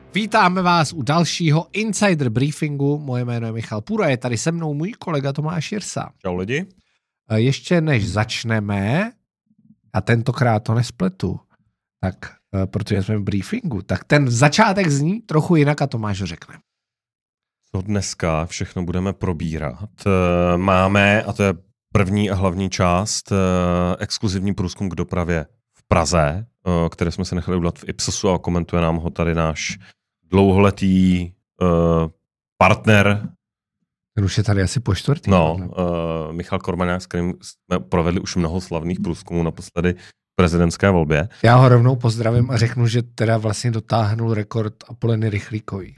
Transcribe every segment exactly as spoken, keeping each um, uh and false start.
Vítáme vás u dalšího Insider Briefingu. Moje jméno je Michal Půra, je tady se mnou můj kolega Tomáš Jirsa. Čau lidi. Ještě než začneme, a tentokrát to nespletu, tak protože jsme v briefingu, tak ten začátek zní trochu jinak a Tomáš řekne. Co dneska všechno budeme probírat? Máme, a to je první a hlavní část, exkluzivní průzkum k dopravě v Praze, které jsme se nechali udělat v Ipsosu a komentuje nám ho tady náš dlouholetý uh, partner. Ten už je tady asi po čtvrtý. No, uh, Michal Kormaňák, s kterým jsme provedli už mnoho slavných průzkumů naposledy v prezidentské volbě. Já ho rovnou pozdravím a řeknu, že teda vlastně dotáhnul rekord Apoleny Rychlíkový.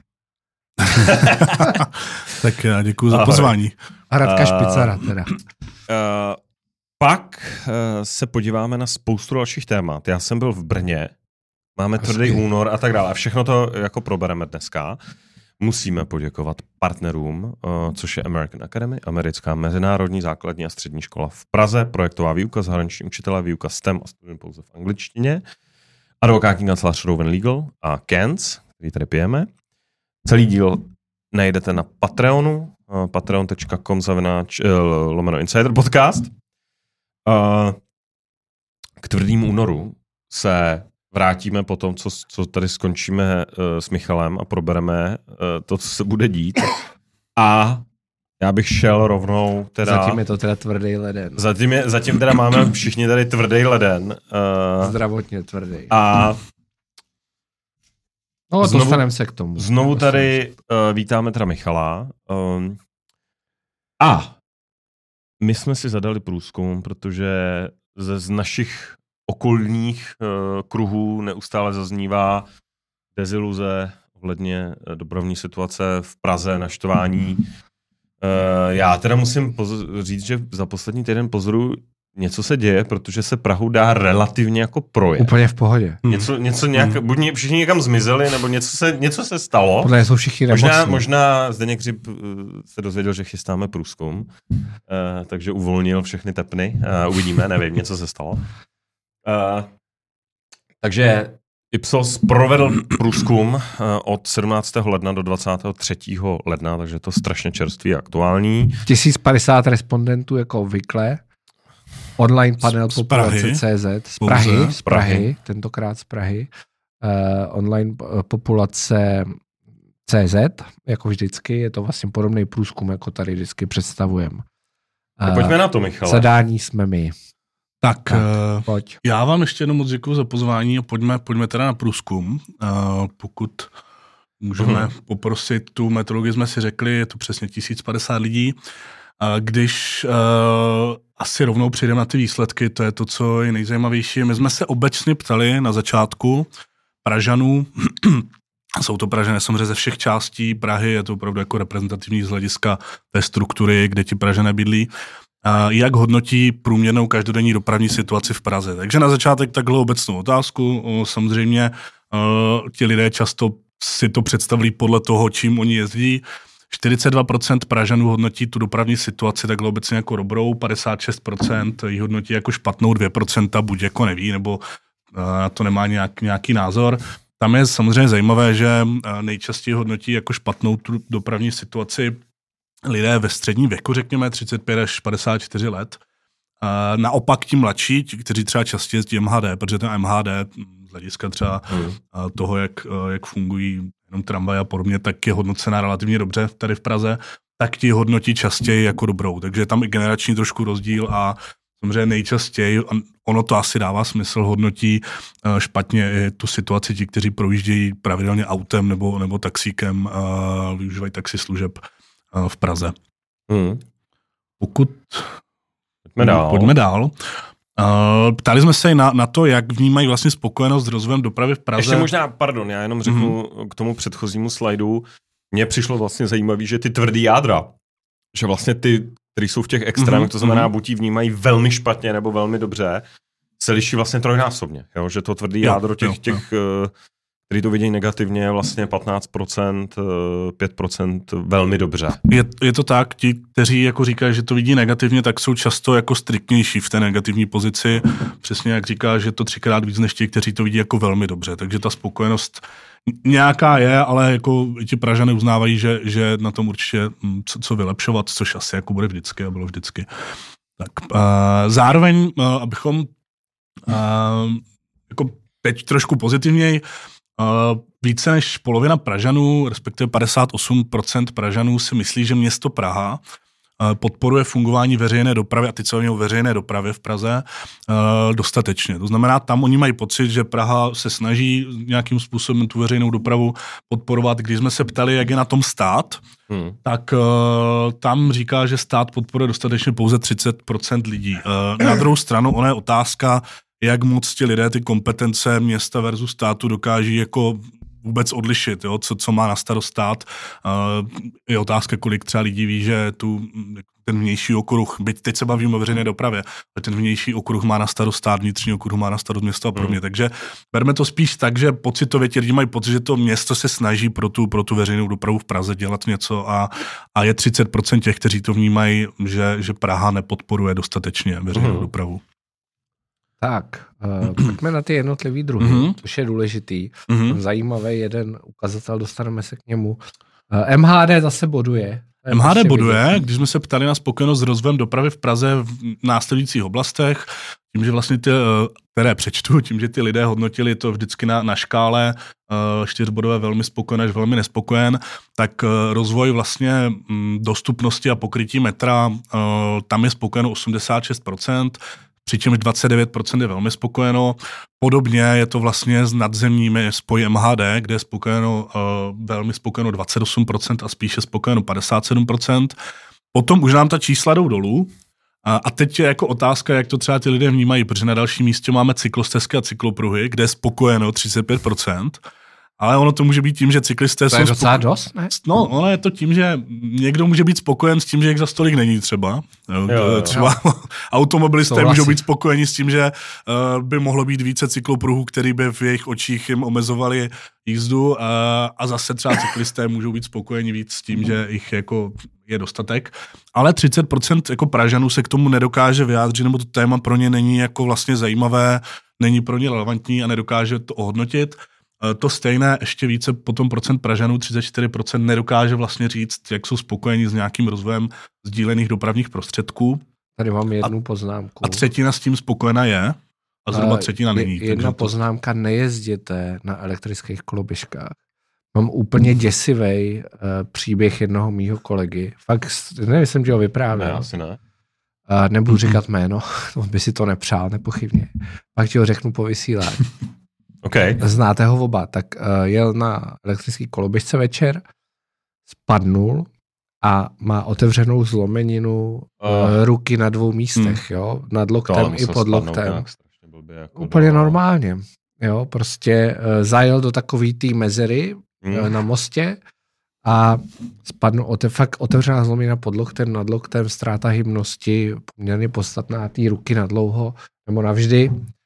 Tak já děkuju za pozvání. A Radka Špicara teda. Uh, pak uh, se podíváme na spoustu dalších témat. Já jsem byl v Brně, máme tvrdý únor a tak dále. A všechno to jako probereme dneska. Musíme poděkovat partnerům, uh, což je American Academy, americká mezinárodní základní a střední škola v Praze, projektová výuka, zahraniční učitelé, výuka S T E M a studium pouze v angličtině, advokátní kancelář Rowan Legal a Kens, který tady pijeme. Celý díl najdete na Patreonu, uh, patreon tečka com zavináč uh, lomeno Insider Podcast. Uh, k tvrdým únoru se vrátíme po tom, co, co tady skončíme uh, s Michalem a probereme uh, to, co se bude dít. A já bych šel rovnou teda... Zatím je to teda tvrdý leden. Zatím, je, zatím teda máme všichni tady tvrdý leden. Uh, Zdravotně tvrdý. A... No, dostaneme se k tomu. Znovu tady uh, vítáme teda Michala. Um, a my jsme si zadali průzkum, protože ze z našich okolních uh, kruhů neustále zaznívá deziluze ohledně uh, dopravní situace v Praze, naštvání. Uh, já teda musím poz- říct, že za poslední týden pozoruju, něco se děje, protože se Prahu dá relativně jako projet. Úplně v pohodě. Něco, něco nějak, hmm. buď ně, všichni někam zmizeli, nebo něco se, něco se stalo. Podle jsou všichni možná, možná Zdeněk Hřib se dozvěděl, že chystáme průzkum, uh, takže uvolnil všechny tepny. Uh, uvidíme, nevím, něco se stalo. Uh, takže Ipsos provedl průzkum uh, od sedmnáctého ledna do dvacátého třetího ledna, takže to strašně čerstvý a aktuální. tisíc padesát respondentů jako obvykle. Online panel z populace C Z. Z Prahy, z Prahy, tentokrát z Prahy. Uh, online populace C Z, jako vždycky, je to vlastně podobný průzkum, jako tady vždycky představujeme. Uh, pojďme na to, Michale. Zadání jsme my. Tak, tak uh, pojď. Já vám ještě jednou moc děkuju za pozvání a pojďme, pojďme teda na průzkum. Uh, pokud můžeme uh-huh. poprosit, tu metodologii jsme si řekli, je to přesně tisíc padesát lidí. Uh, když uh, asi rovnou přijdeme na ty výsledky, to je to, co je nejzajímavější. My jsme se obecně ptali na začátku Pražanů, jsou to Pražané samozřejmě ze všech částí Prahy, je to opravdu jako reprezentativní z hlediska té struktury, kde ti Pražané bydlí, jak hodnotí průměrnou každodenní dopravní situaci v Praze. Takže na začátek takhle obecnou otázku. Samozřejmě ti lidé často si to představují podle toho, čím oni jezdí. čtyřicet dva procent Pražanů hodnotí tu dopravní situaci takhle obecně jako dobrou, padesát šest procent ji hodnotí jako špatnou, dvě procenta buď jako neví, nebo na to nemá nějak, nějaký názor. Tam je samozřejmě zajímavé, že nejčastěji hodnotí jako špatnou tu dopravní situaci lidé ve středním věku, řekněme třicet pět až padesát čtyři let. Naopak ti mladší, kteří třeba častěji jezdí M H D, protože ten M H D z hlediska třeba mm. toho, jak, jak fungují jenom tramvaj a podobně, tak je hodnocená relativně dobře tady v Praze, tak ti hodnotí častěji jako dobrou. Takže je tam i generační trošku rozdíl a samozřejmě nejčastěji, ono to asi dává smysl, hodnotí špatně tu situaci ti, kteří projíždějí pravidelně autem nebo, nebo taxíkem, využívají taxislužeb v Praze. Mm. Pokud... Pojďme dál. Pojďme dál. Uh, ptali jsme se i na, na to, jak vnímají vlastně spokojenost s rozvojem dopravy v Praze. Ještě možná, pardon, já jenom řeknu mm-hmm. k tomu předchozímu slajdu, mně přišlo vlastně zajímavý, že ty tvrdý jádra, že vlastně ty, kteří jsou v těch extrémech, mm-hmm. to znamená, buď ji vnímají velmi špatně nebo velmi dobře, se liší vlastně trojnásobně, jo? Že to tvrdý jo, jádro těch, jo, těch jo. který to vidí negativně, je vlastně patnáct procent, pět procent velmi dobře. Je, je to tak, ti, kteří jako říkají, že to vidí negativně, tak jsou často jako striktnější v té negativní pozici. Přesně jak říká, že to třikrát víc než ti, kteří to vidí jako velmi dobře. Takže ta spokojenost nějaká je, ale jako ti Pražané uznávají, že, že na tom určitě co, co vylepšovat, což asi jako bude vždycky a bylo vždycky. Tak uh, zároveň, uh, abychom uh, jako teď trošku pozitivněji, uh, více než polovina Pražanů, respektive padesát osm procent Pražanů si myslí, že město Praha uh, podporuje fungování veřejné dopravy, a teď se o veřejné dopravě v Praze, uh, dostatečně. To znamená, tam oni mají pocit, že Praha se snaží nějakým způsobem tu veřejnou dopravu podporovat. Když jsme se ptali, jak je na tom stát, Hmm. tak uh, tam říká, že stát podporuje dostatečně pouze třicet procent lidí. Uh, na druhou stranu, ona je otázka, jak moc ti lidé ty kompetence města versus státu dokáží jako vůbec odlišit, jo? Co, co má na starost stát. Uh, je otázka, kolik třeba lidí ví, že tu, ten vnější okruh, byť teď se bavíme o veřejné dopravě, ale ten vnější okruh má na starost stát, vnitřní okruh má na starost město a podobně. Hmm. Takže berme to spíš tak, že pocitově ti lidi mají pocit, že to město se snaží pro tu, pro tu veřejnou dopravu v Praze dělat něco a, a je třicet procent těch, kteří to vnímají, že, že Praha nepodporuje dostatečně veřejnou hmm. dopravu. Tak, uh, pojďme na ty jednotlivý druhy, mm-hmm. což je důležitý. Mm-hmm. Zajímavý jeden ukazatel, dostaneme se k němu. Uh, M H D zase boduje. M H D boduje, vidět. Když jsme se ptali na spokojenost s rozvojem dopravy v Praze v následujících oblastech, tím, že vlastně ty, které přečtu, tím, že ty lidé hodnotili to vždycky na, na škále uh, čtyřbodové velmi spokojen až velmi nespokojen, tak uh, rozvoj vlastně um, dostupnosti a pokrytí metra, uh, tam je spokojeno osmdesát šest procent, přičemž dvacet devět procent je velmi spokojeno. Podobně je to vlastně s nadzemními spoji M H D, kde je spokojeno, uh, velmi spokojeno dvacet osm procent a spíše spokojeno padesát sedm procent. Potom už nám ta čísla jdou dolů. A teď je jako otázka, jak to třeba ty lidé vnímají, protože na dalším místě máme cyklostezky a cyklopruhy, kde je spokojeno třicet pět procent. Ale ono to může být tím, že cyklisté to jsou... To je docela spoko... dost, ne? No, ono je to tím, že někdo může být spokojen s tím, že jich za stolik není třeba. Jo, jo, třeba jo. Automobilisté to můžou být spokojeni s tím, že uh, by mohlo být více cyklopruhů, který by v jejich očích jim omezovali jízdu uh, a zase třeba cyklisté můžou být spokojeni víc s tím, že jich jako je dostatek. Ale třicet procent jako Pražanů se k tomu nedokáže vyjádřit, nebo to téma pro ně není jako vlastně zajímavé, není pro ně relevantní a nedokáže to ohodnotit. To stejné, ještě více potom procent Pražanů, třicet čtyři procent nedokáže vlastně říct, jak jsou spokojeni s nějakým rozvojem sdílených dopravních prostředků. Tady mám jednu a, poznámku. A třetina s tím spokojena je a zhruba třetina není. Jedna poznámka, nejezděte na elektrických koloběžkách. Mám úplně děsivej uh, příběh jednoho mýho kolegy. Fakt, nevím, jsem ti ho vyprávěl. Ne, asi ne. Uh, nebudu mm-hmm. říkat jméno, on by si to nepřál, nepochybně. Pak ti ho řeknu po vysílání. Okay. Znáte ho oba, tak uh, jel na elektrický koloběžce večer, spadnul a má otevřenou zlomeninu uh, ruky na dvou místech, hmm. jo, nad loktem i pod loktem. Jako úplně do... normálně, jo, prostě uh, zajel do takový té mezery hmm. uh, na mostě a spadnul, ote, fakt otevřená zlomenina pod loktem, nad loktem, ztráta hybnosti, poměrně podstatná, té ruky na dlouho, nebo navždy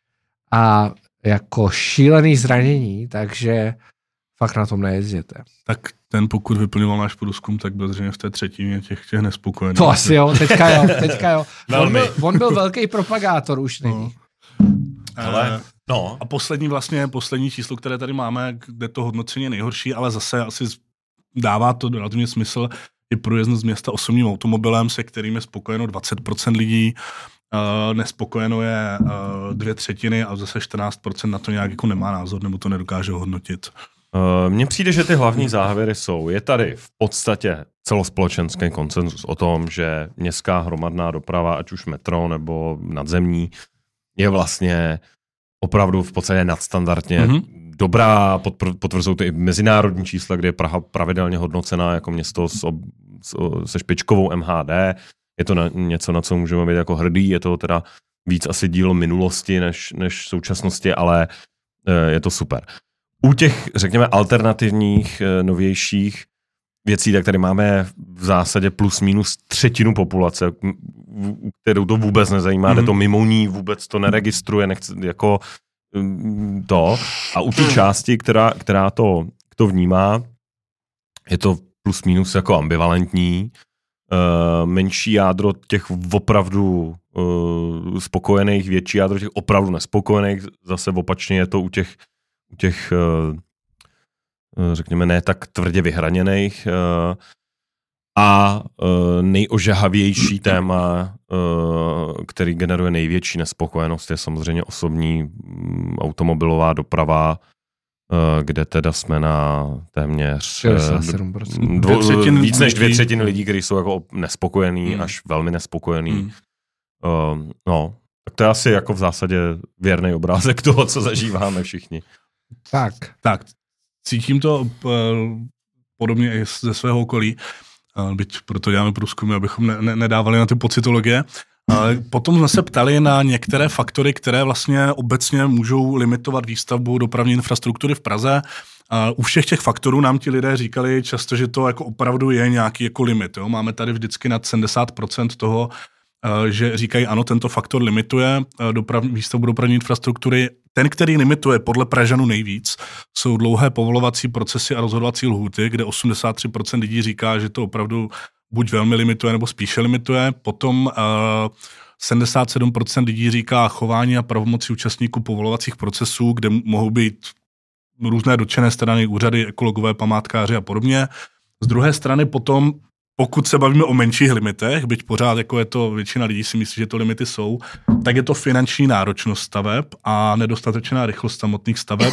a jako šílený zranění, takže fakt na tom nejezděte. Tak ten, pokud vyplňoval náš průzkum, tak byl zřejmě v té třetině těch, těch nespokojených. To asi jo, teďka jo, teďka jo. On byl, on byl velký propagátor, už není. No. Ale, no. A poslední vlastně, poslední číslo, které tady máme, kde to hodnocení je nejhorší, ale zase asi dává to relativně smysl, je průjezdnost z města osobním automobilem, se kterým je spokojeno dvacet procent lidí. Uh, nespokojeno je uh, dvě třetiny a zase čtrnáct procent na to nějak jako nemá názor, nebo to nedokáže hodnotit. Uh, Mně přijde, že ty hlavní závěry jsou, je tady v podstatě celospolečenský konsenzus o tom, že městská hromadná doprava, ať už metro nebo nadzemní, je vlastně opravdu v podstatě nadstandardně mm-hmm. dobrá, potvrzují to i mezinárodní čísla, kde je Praha pravidelně hodnocená jako město s, s, se špičkovou M H D. Je to na, něco, na co můžeme být jako hrdý, je to teda víc asi dílo minulosti než, než současnosti, ale e, je to super. U těch, řekněme, alternativních, e, novějších věcí, tak tady máme v zásadě plus minus třetinu populace, kterou to vůbec nezajímá, mm-hmm. jde to mimo ní, vůbec to neregistruje, nechce, jako to. A u té části, která, která to, to vnímá, je to plus minus jako ambivalentní. Uh, menší jádro těch opravdu uh, spokojených, větší jádro těch opravdu nespokojených. Zase opačně je to u těch, u těch uh, řekněme, ne tak tvrdě vyhraněných. Uh, a uh, nejožahavější téma, uh, který generuje největší nespokojenost, je samozřejmě osobní um, automobilová doprava, uh, kde teda jsme na téměř šedesát sedm procent. Dvo, víc než dvě třetiny lidí, kteří jsou jako nespokojení, hmm. až velmi nespokojení. Hmm. Uh, no, tak to je asi jako v zásadě věrný obrázek toho, co zažíváme všichni. Tak. Tak, cítím to uh, podobně i ze svého okolí. Byť proto děláme průzkumy, abychom ne, ne, nedávali na ty pocitologie. Ale potom jsme se ptali na některé faktory, které vlastně obecně můžou limitovat výstavbu dopravní infrastruktury v Praze. A u všech těch faktorů nám ti lidé říkali často, že to jako opravdu je nějaký jako limit. Jo? Máme tady vždycky nad sedmdesát procent toho, že říkají, ano, tento faktor limituje doprav, výstavbu dopravní infrastruktury. Ten, který limituje podle Pražanů nejvíc, jsou dlouhé povolovací procesy a rozhodovací lhůty, kde osmdesát tři procent lidí říká, že to opravdu buď velmi limituje, nebo spíše limituje. Potom uh, sedmdesát sedm procent lidí říká chování a pravomoci účastníků povolovacích procesů, kde mohou být různé dotčené strany, úřady, ekologové, památkáři a podobně. Z druhé strany potom, pokud se bavíme o menších limitech, byť pořád jako je to, většina lidí si myslí, že to limity jsou, tak je to finanční náročnost staveb a nedostatečná rychlost samotných staveb.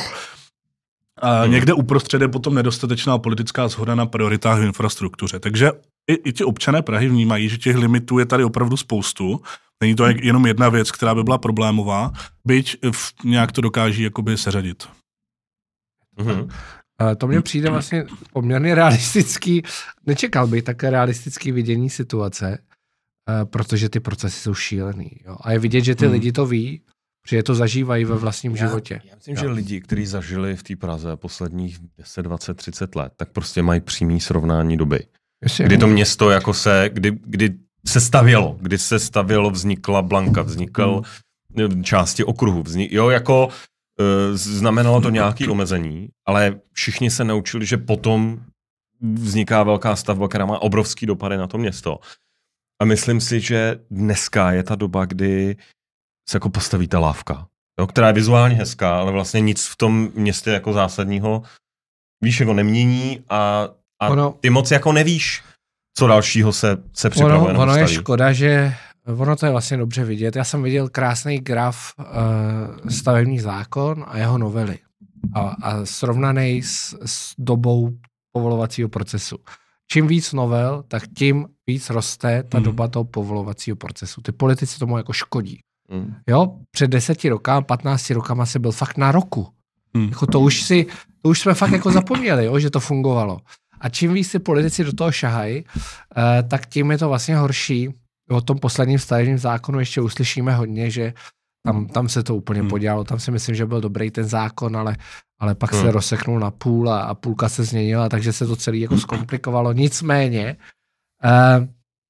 A někde uprostřed je potom nedostatečná politická shoda na prioritách v infrastruktuře. Takže i, i ti občané Prahy vnímají, že těch limitů je tady opravdu spoustu. Není to jenom jedna věc, která by byla problémová, byť nějak to dokáží jakoby seřadit. Mhm. To mně přijde vlastně poměrně realistický, nečekal bych také realistický vidění situace, protože ty procesy jsou šílený. Jo? A je vidět, že ty hmm. lidi to ví, že to zažívají ve vlastním já, životě. Já myslím, jo. že lidi, kteří zažili v té Praze posledních deset, dvacet, třicet let, tak prostě mají přímý srovnání doby. Jestli kdy to město jako se, kdy, kdy se stavělo, kdy se stavělo, vznikla Blanka, vznikl hmm. části okruhu, vznik, jo, jako znamenalo to nějaké omezení, ale všichni se naučili, že potom vzniká velká stavba, která má obrovský dopady na to město. A myslím si, že dneska je ta doba, kdy se jako postaví ta lávka, jo, která je vizuálně hezká, ale vlastně nic v tom městě jako zásadního víš, jako nemění a, a ono, ty moc jako nevíš, co dalšího se, se připravuje ono, na ono je škoda, že ono to je vlastně dobře vidět. Já jsem viděl krásný graf uh, stavební zákon a jeho novely. A, a srovnaný s, s dobou povolovacího procesu. Čím víc novel, tak tím víc roste ta hmm. doba toho povolovacího procesu. Ty politici tomu jako škodí. Hmm. Jo, před deseti rokama, patnácti rokama se byl fakt na roku. Hmm. Jako to už si, to už jsme fakt jako zapomněli, jo, že to fungovalo. A čím víc si politici do toho šahají, uh, tak tím je to vlastně horší. O tom posledním stavebním zákonu ještě uslyšíme hodně, že tam, tam se to úplně hmm. podělalo. Tam si myslím, že byl dobrý ten zákon, ale, ale pak hmm. se rozseknul na půl a, a půlka se změnila, takže se to celé jako zkomplikovalo. Nicméně uh,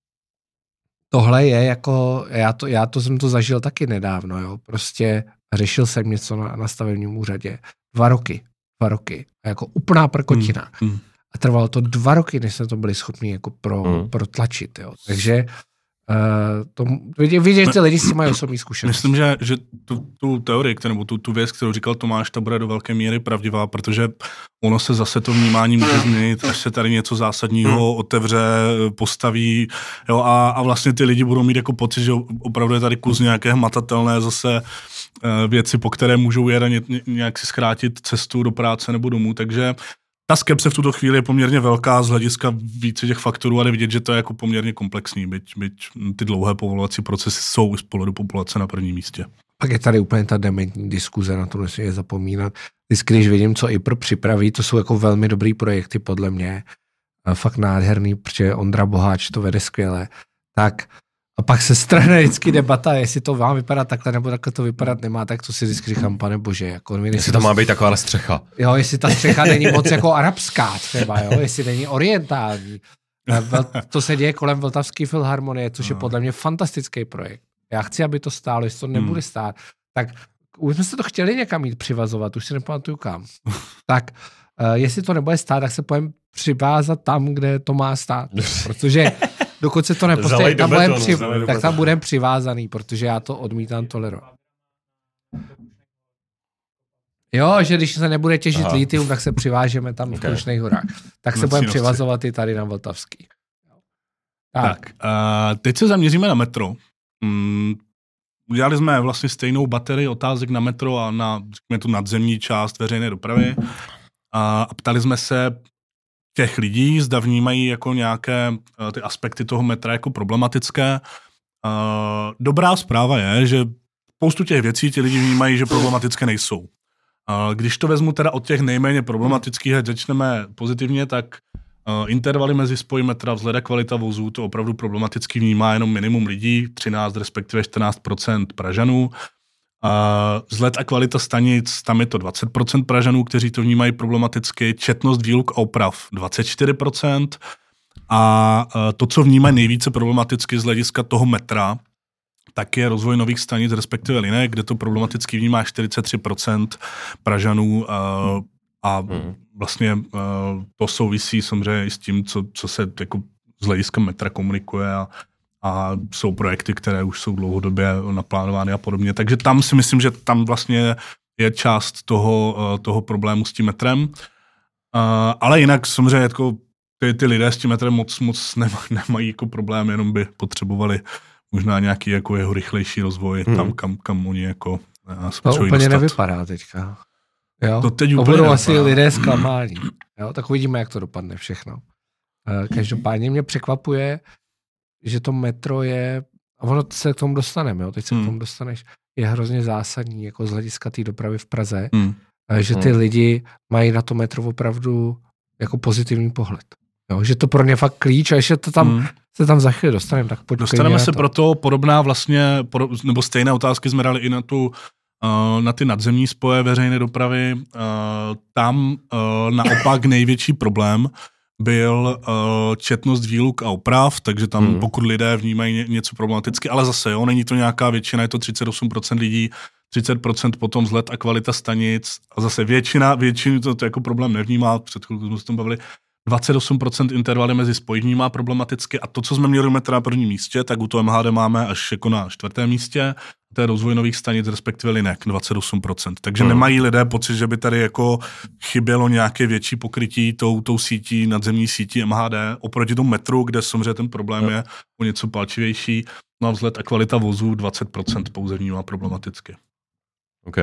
tohle je jako, já to, já to jsem to zažil taky nedávno, jo. Prostě řešil jsem něco na, na stavebním úřadě. Dva roky. Dva roky. A jako úplná prkotina. Hmm. A trvalo to dva roky, než jsme to byli schopni jako pro, hmm. protlačit, jo. Takže Uh, to, vidět, že ty lidi si mají osobní zkušenost. Myslím, že, že tu, tu teorii, nebo tu, tu věc, kterou říkal Tomáš, ta bude do velké míry pravdivá, protože ono se zase to vnímání může změnit, až se tady něco zásadního hmm. otevře, postaví, jo, a, a vlastně ty lidi budou mít jako pocit, že opravdu je tady kus nějaké hmatatelné zase uh, věci, po které můžou jet a ně, nějak si zkrátit cestu do práce nebo domů, takže ta skepse v tuto chvíli je poměrně velká z hlediska více těch faktorů, ale vidět, že to je jako poměrně komplexní, byť, byť ty dlouhé povolovací procesy jsou z pohledu populace na prvním místě. Pak je tady úplně ta dementní diskuze, na to nesmí zapomínat. Vždycky, když vidím, co I P R připraví, to jsou jako velmi dobrý projekty podle mě. Fakt nádherný, protože Ondra Boháč to vede skvěle. Tak a pak se strhne vždycky debata, jestli to má vypadat takhle, nebo takhle to vypadat nemá, tak to si vždycky říkám, pane bože. Jako, jestli to má být taková střecha. Jo, jestli ta střecha není moc jako arabská třeba, jo, jestli není orientální. To se děje kolem Vltavské filharmonie, což je podle mě fantastický projekt. Já chci, aby to stálo, jestli to nebude stát, tak už jsme se to chtěli někam jít přivazovat, už si nepamatuju kam. Tak, uh, jestli to nebude stát, tak se pojďme přivázat tam, kde to má stát. Protože dokud se to nepostaví, tam budeme při... tak tam budeme přivázaný, protože já to odmítám tolerovat. Jo, že když se nebude těžit Aha. litium, tak se přivážeme tam okay. v Krušných horách. Tak se budeme přivazovat i tady na Vltavský. Tak, tak uh, teď se zaměříme na metro. Mm, udělali jsme vlastně stejnou baterii otázek na metro a na, řekněme, tu nadzemní část veřejné dopravy. A ptali jsme se těch lidí, zda vnímají jako nějaké uh, ty aspekty toho metra jako problematické. Uh, dobrá zpráva je, že spoustu těch věcí ti lidi vnímají, že problematické nejsou. Uh, když to vezmu teda od těch nejméně problematických, ať začneme pozitivně, tak uh, intervaly mezi spoji metra, vzhled a kvalita vozů, to opravdu problematicky vnímá jenom minimum lidí, třináct respektive čtrnáct procent Pražanů. Uh, vzhled a kvalita stanic, tam je to dvacet procent Pražanů, kteří to vnímají problematicky, četnost výluk a oprav dvacet čtyři procent a uh, to, co vnímají nejvíce problematicky z hlediska toho metra, tak je rozvoj nových stanic, respektive linek, kde to problematicky vnímá čtyřicet tři procent Pražanů uh, a hmm. vlastně uh, to souvisí samozřejmě i s tím, co, co se jako z hlediska metra komunikuje a, a jsou projekty, které už jsou dlouhodobě naplánovány a podobně. Takže tam si myslím, že tam vlastně je část toho, uh, toho problému s tím metrem. Uh, ale jinak samozřejmě jako ty, ty lidé s tím metrem moc, moc nemají, nemají jako problém, jenom by potřebovali možná nějaký jako jeho rychlejší rozvoj hmm. tam, kam, kam oni jako nás to úplně dostat. Nevypadá teďka. Jo? To teď to úplně budou nevypadá. Asi lidé zklamání. Jo? Tak uvidíme, jak to dopadne všechno. Každopádně mě překvapuje, že to metro je, a ono se k tomu dostaneme, jo? Teď se hmm. k tomu dostaneš, je hrozně zásadní jako z hlediska té dopravy v Praze, hmm. že ty hmm. lidi mají na to metro opravdu jako pozitivní pohled. Jo? Že to pro ně fakt klíč a ještě to tam hmm. se tam za chvíli dostaneme, tak pojď. Dostaneme se proto podobná vlastně, nebo stejné otázky jsme dali i na tu, na ty nadzemní spoje veřejné dopravy. Tam naopak největší problém byl četnost výluk a oprav, takže tam hmm. pokud lidé vnímají něco problematicky, ale zase jo, není to nějaká většina, je to třicet osm procent lidí, třicet procent potom vzhled a kvalita stanic a zase většina, většinu to, to jako problém nevnímá, před chvilkou jsme se tom bavili, dvacet osm procent intervaly mezi spojením má problematicky a to, co jsme měli metra na prvním místě, tak u toho M H D máme až jako na čtvrtém místě, to je rozvoj nových stanic, respektive linek, dvacet osm procent. Takže hmm. nemají lidé pocit, že by tady jako chybělo nějaké větší pokrytí tou, tou sítí, nadzemní sítí M H D, oproti tomu metru, kde samozřejmě ten problém hmm. je o něco palčivější, no a vzhled a kvalita vozů dvacet procent pouze vnímá problematicky. OK.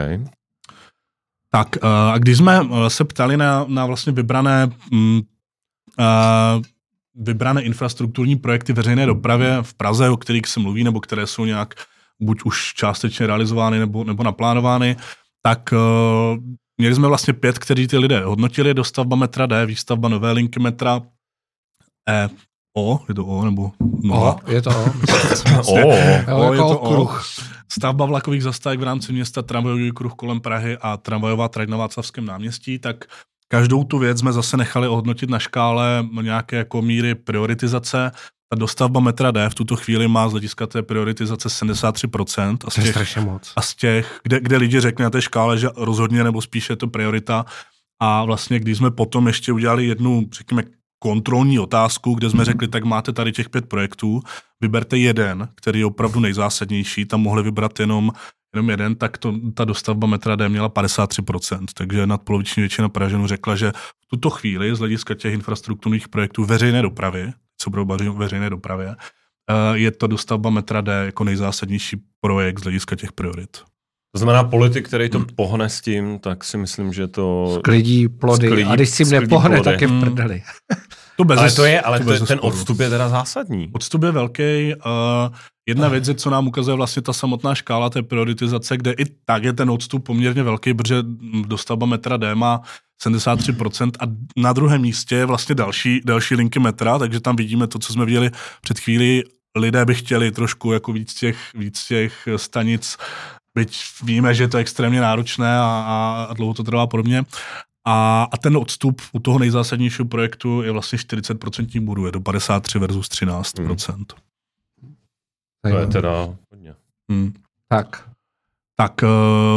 Tak a když jsme se ptali na, na vlastně vybrané mm, Uh, vybrané infrastrukturní projekty veřejné dopravy v Praze, o kterých se mluví, nebo které jsou nějak buď už částečně realizovány, nebo, nebo naplánovány, tak uh, měli jsme vlastně pět, kteří ty lidé hodnotili, dostavba metra D, výstavba nové linky metra E, O, je to O, nebo nula? O, je to O. O, o, je to okruh. Stavba vlakových zastávek v rámci města, tramvajový kruh kolem Prahy a tramvajová trať na Václavském náměstí, tak každou tu věc jsme zase nechali ohodnotit na škále nějaké jako míry prioritizace. Ta dostavba metra D v tuto chvíli má z hlediska té prioritizace sedmdesát tři procent. A z těch, to je strašně moc. A z těch, kde, kde lidi řekli na té škále, že rozhodně nebo spíše je to priorita. A vlastně, když jsme potom ještě udělali jednu, řekněme, kontrolní otázku, kde jsme řekli, tak máte tady těch pět projektů, vyberte jeden, který je opravdu nejzásadnější, tam mohli vybrat jenom jenom jeden, tak to, ta dostavba metra D měla padesát tři procent, takže nadpoloviční většina Pražanů řekla, že v tuto chvíli z hlediska těch infrastrukturních projektů veřejné dopravy, co budou bavit o veřejné dopravě, je to dostavba metra D jako nejzásadnější projekt z hlediska těch priorit. To znamená, politik, který to pohne s tím, tak si myslím, že to... Sklidí plody. Sklidí, a když si mne pohne, plody. Tak je v prdeli. To bez ale to je, ale to to je, ten odstup je teda zásadní. Odstup je velký. Uh, jedna věc je, co nám ukazuje vlastně ta samotná škála té prioritizace, kde i tak je ten odstup poměrně velký, protože dostavba metra D má sedmdesát tři procent a na druhém místě je vlastně další, další linky metra, takže tam vidíme to, co jsme viděli před chvílí. Lidé by chtěli trošku jako víc těch, víc těch stanic, byť víme, že je to extrémně náročné a, a, a dlouho to trvá podobně. A, a ten odstup u toho nejzásadnějšího projektu je vlastně čtyřicet procent bodů, je do padesát tři versus třináct procent. Hmm. To je teda hodně. Hmm. Tak. Tak uh,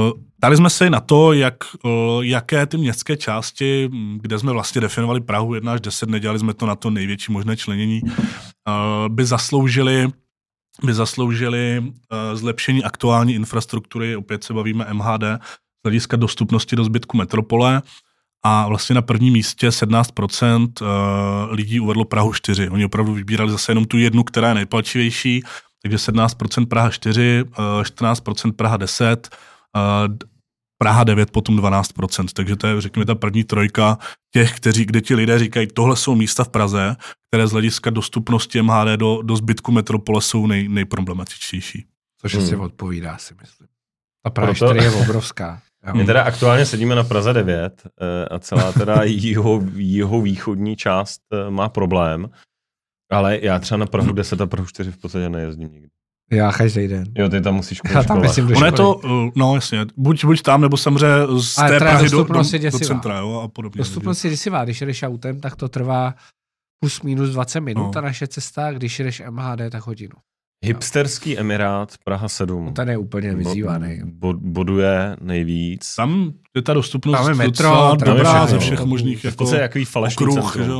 Ptali jsme se i na to, jak, jaké ty městské části, kde jsme vlastně definovali Prahu jedna až deset, nedělali jsme to na to největší možné členění, by zasloužili, by zasloužili zlepšení aktuální infrastruktury, opět se bavíme M H D, z hlediska dostupnosti do zbytku metropole a vlastně na prvním místě sedmnáct procent lidí uvedlo Prahu čtyři. Oni opravdu vybírali zase jenom tu jednu, která je nejpalčivější, takže sedmnáct procent Praha čtyři, čtrnáct procent Praha deset, Praha devět, potom dvanáct procent. Takže to je, řekněme, ta první trojka těch, kteří, kde ti lidé říkají, tohle jsou místa v Praze, které z hlediska dostupnosti M H D do, do zbytku metropole jsou nej, nejproblematičtější. Což hmm. si odpovídá, si myslím. A Praha čtyři je obrovská. My teda aktuálně sedíme na Praze devět a celá teda jeho, jeho východní část má problém, ale já třeba na Prahu deset a Prahu čtyři v podstatě nejezdím nikdy. Já každý den. Jo, ty tam musíš Já tam myslím do školy. Ono je to, no jasně, buď, buď tam, nebo samozřejmě z té Prahy do, do, do centra, jo, a podobně. Dostupnost je děsivá, když jdeš autem, tak to trvá plus minus dvacet minut, no. Ta naše cesta, když jdeš M H D, tak hodinu. Hipsterský Emirát, Praha sedm. No, ten je úplně vyzývaný. Bo, boduje nejvíc. Tam je ta dostupnost tam je metro, dobrá ze všech možných to jako jaký falešný okruh, že?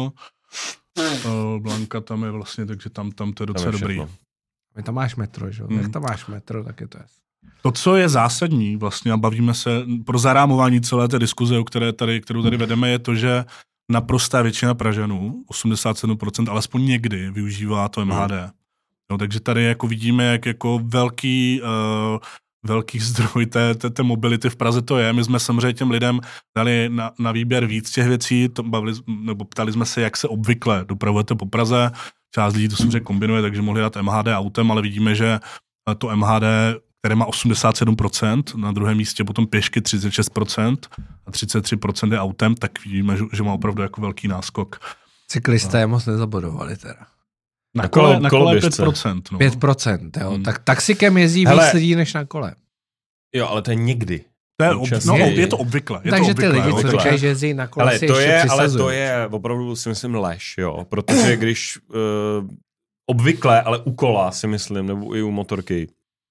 Blanka tam je vlastně, takže tam, tam to je docela dobrý. My tam máš metro, že? Hmm. Jak tam máš metro, tak je to jasný. To, co je zásadní vlastně, a bavíme se pro zarámování celé té diskuze, o které tady, kterou tady vedeme, je to, že naprostá většina Pražanů, osmdesát sedm procent, alespoň někdy využívá to M H D. Hmm. No, takže tady jako vidíme, jak jako velký, uh, velký zdroj té, té, té mobility v Praze to je. My jsme samozřejmě těm lidem dali na, na výběr víc těch věcí, to bavili, nebo ptali jsme se, jak se obvykle dopravujete po Praze. Část lidí to samozřejmě kombinuje, takže mohli dát M H D autem, ale vidíme, že to M H D, které má osmdesát sedm procent, na druhém místě potom pěšky třicet šest procent a třicet tři procent je autem, tak vidíme, že, že má opravdu jako velký náskok. Cyklisté je moc nezabodovali teda. Na kole, na kole pět procent. No. pět procent, jo. Hmm. Tak taxikem jezdí Hele, víc lidí než na kole. Jo, ale to je někdy. To je, ob, no, je to obvykle. Je Takže to obvykle, ty lidi, co říkají, že jezdí na kole, ale si to ještě je, Ale to je opravdu, si myslím, lež, jo. Protože když uh, obvykle, ale u kola, si myslím, nebo i u motorky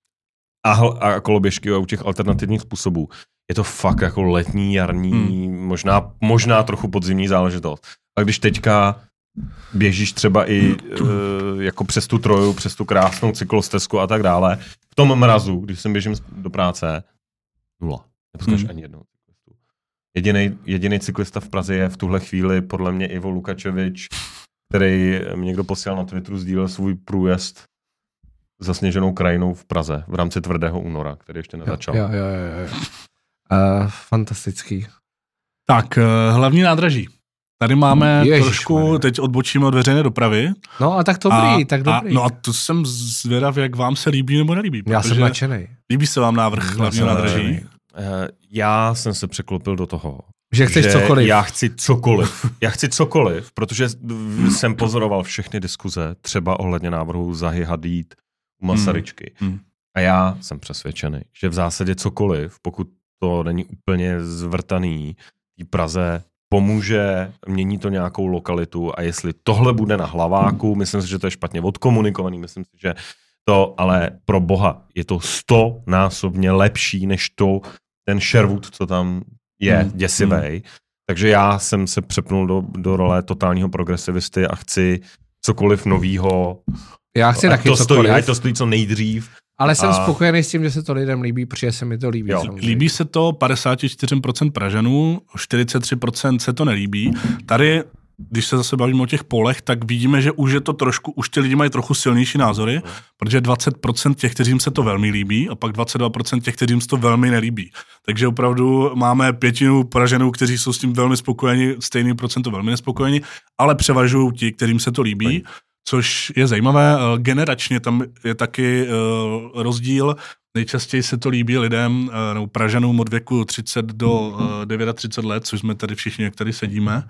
a, a koloběžky a u těch alternativních způsobů, je to fakt jako letní, jarní, hmm. možná, možná trochu podzimní záležitost. A když teďka běžíš třeba i uh, jako přes tu troju, přes tu krásnou cyklostezku a tak dále, v tom mrazu, když jsem běžím do práce, nula. Nepotkáš hmm. ani jednoho cyklistu. Jedinej, jediný cyklista v Praze je v tuhle chvíli podle mě Ivo Lukačevič, který mě někdo posílal na Twitteru, sdílel svůj průjezd zasněženou krajinou v Praze v rámci tvrdého února, který ještě nezačal. Jo, jo, jo, jo. Uh, fantastický. Tak, uh, hlavní nádraží. Tady máme Ježiš, trošku, Maria. teď odbočíme od veřejné dopravy. No a tak dobrý, a, tak dobrý. A, no a to jsem zvědav, jak vám se líbí nebo nelíbí. Já jsem nadšenej. Líbí se vám návrh hlavního nádraží? Já jsem se překlopil do toho, že chceš že cokoliv. Já chci cokoliv. Já chci cokoliv, protože jsem pozoroval všechny diskuze, třeba ohledně návrhu Zahy Hadid u Masaryčky. Hmm. Hmm. A já jsem přesvědčený, že v zásadě cokoliv, pokud to není úplně zvrtaný, v Praze pomůže, mění to nějakou lokalitu a jestli tohle bude na hlaváku, myslím si, že to je špatně odkomunikovaný, myslím si, že to, ale pro boha, je to stonásobně lepší, než to, ten Sherwood, co tam je, hmm. děsivej. Hmm. Takže já jsem se přepnul do, do role totálního progresivisty a chci cokoliv novýho. Já chci taky to cokoliv. Stojí, ať to stojí co nejdřív. Ale jsem a... spokojený s tím, že se to lidem líbí, protože se mi to líbí. Líbí se to padesát čtyři procent Pražanů, čtyřicet tři procent se to nelíbí. Tady, když se zase bavíme o těch polech, tak vidíme, že už je to trošku, už ti lidi mají trochu silnější názory, hmm. protože dvacet procent těch, kteřím se to velmi líbí, a pak dvacet dva procent těch, kteřím se to velmi nelíbí. Takže opravdu máme pětinu Pražanů, kteří jsou s tím velmi spokojeni, stejný procento velmi nespokojeni, ale převažují ti, kterým se to líbí. Hmm. Což je zajímavé, generačně tam je taky uh, rozdíl. Nejčastěji se to líbí lidem, uh, nebo Pražanům od věku třicet do uh, třicet devět let, což jsme tady všichni, jak tady sedíme.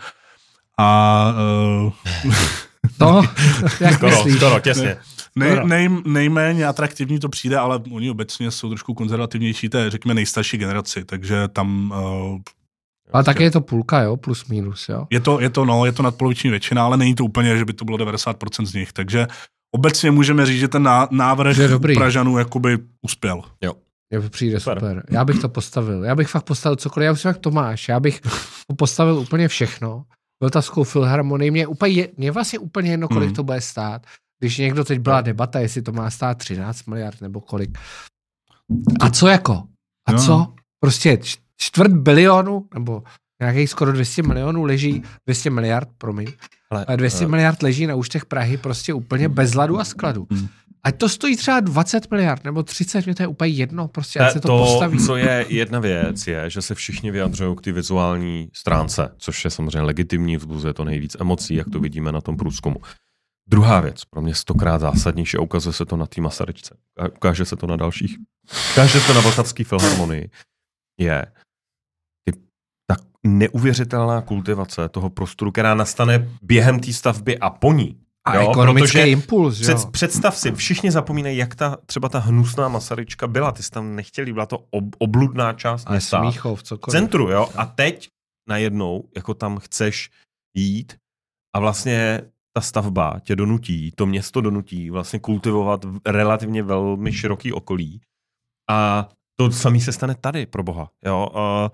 A... Uh, to? Jak skoro, myslíš? Skoro, těsně. Nej, nej, nejméně atraktivní to přijde, ale oni obecně jsou trošku konzervativnější, to je, řekněme, nejstarší generaci, takže tam... Uh, Ale také je to půlka, jo, plus minus, jo. Je to, je to, no, je to nadpoloviční většina, ale není to úplně, že by to bylo devadesát procent z nich, takže obecně můžeme říct, že ten návrh Pražanů jakoby uspěl. Jo. Mně přijde super. super. Já bych to postavil. Já bych fakt postavil cokoliv. Já už jsem jak Tomáš. Já bych postavil úplně všechno. Vltavskou filharmonii. Mě, úplně, mě vlastně úplně jedno, kolik hmm. to bude stát. Když někdo teď byla debata, jestli to má stát třináct miliard nebo kolik. A co jako? A no. co? Prostě čtvrt bilionu, nebo nějakých skoro dvě stě milionů leží, dvě stě miliard, promiň. Ale, a dvě stě uh, miliard leží na účtech Prahy prostě úplně bez ladu a skladu. Hmm. Ať to stojí třeba dvacet miliard nebo třicet, mě to je úplně jedno, prostě ať se to, to postaví. Co je jedna věc, je, že se všichni vyjadřují k té vizuální stránce, což je samozřejmě legitimní, vzbuzuje to nejvíc emocí, jak to vidíme na tom průzkumu. Druhá věc, pro mě stokrát zásadnější, a ukazuje se to na té Masaryčce, ukáže se to na dalších, ukáže se to na Vltavské filharmonii, je ty, ta neuvěřitelná kultivace toho prostoru, která nastane během té stavby a po ní. A jo, ekonomický impuls, jo. Před, představ si, všichni zapomínají, jak ta, třeba ta hnusná Masaryčka byla. Ty jsi tam nechtěli, byla to ob, obludná část města. Smíchov, cokoliv. Centru, jo. A teď najednou, jako tam chceš jít a vlastně ta stavba tě donutí, to město donutí vlastně kultivovat relativně velmi široký okolí. A to samé se stane tady, pro boha. Jo. A,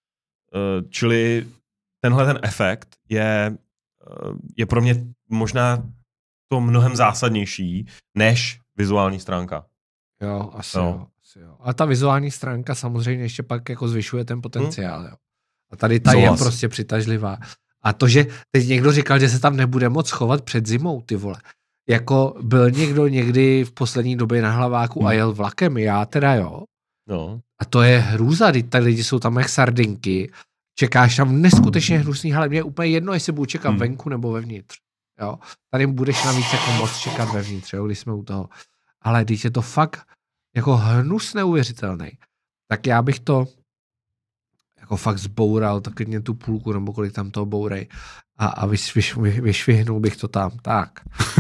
čili tenhle ten efekt je, je pro mě možná to mnohem zásadnější než vizuální stránka. Jo, asi jo. jo, asi jo. A ta vizuální stránka samozřejmě ještě pak jako zvyšuje ten potenciál. Hmm. Jo. A tady ta je prostě přitažlivá. A to, že teď někdo říkal, že se tam nebude moc chovat před zimou, ty vole. Jako byl někdo někdy v poslední době na Hlaváku hmm. a jel vlakem, já teda jo. No. A to je hrůza, teď tady lidi jsou tam jak sardinky. Čekáš tam neskutečně hnusný, ale mě je úplně jedno, jestli budu čekat hmm. venku nebo vevnitř. Jo? Tady budeš navíc jako moc čekat vevnitř, jo? Když jsme u toho. Ale když je to fakt jako hnus neuvěřitelný, tak já bych to jako fakt zboural, tak klidně tu půlku, nebo kolik tam toho bourej a, a vyš, vyš, vyšvihnul bych to tam. Tak.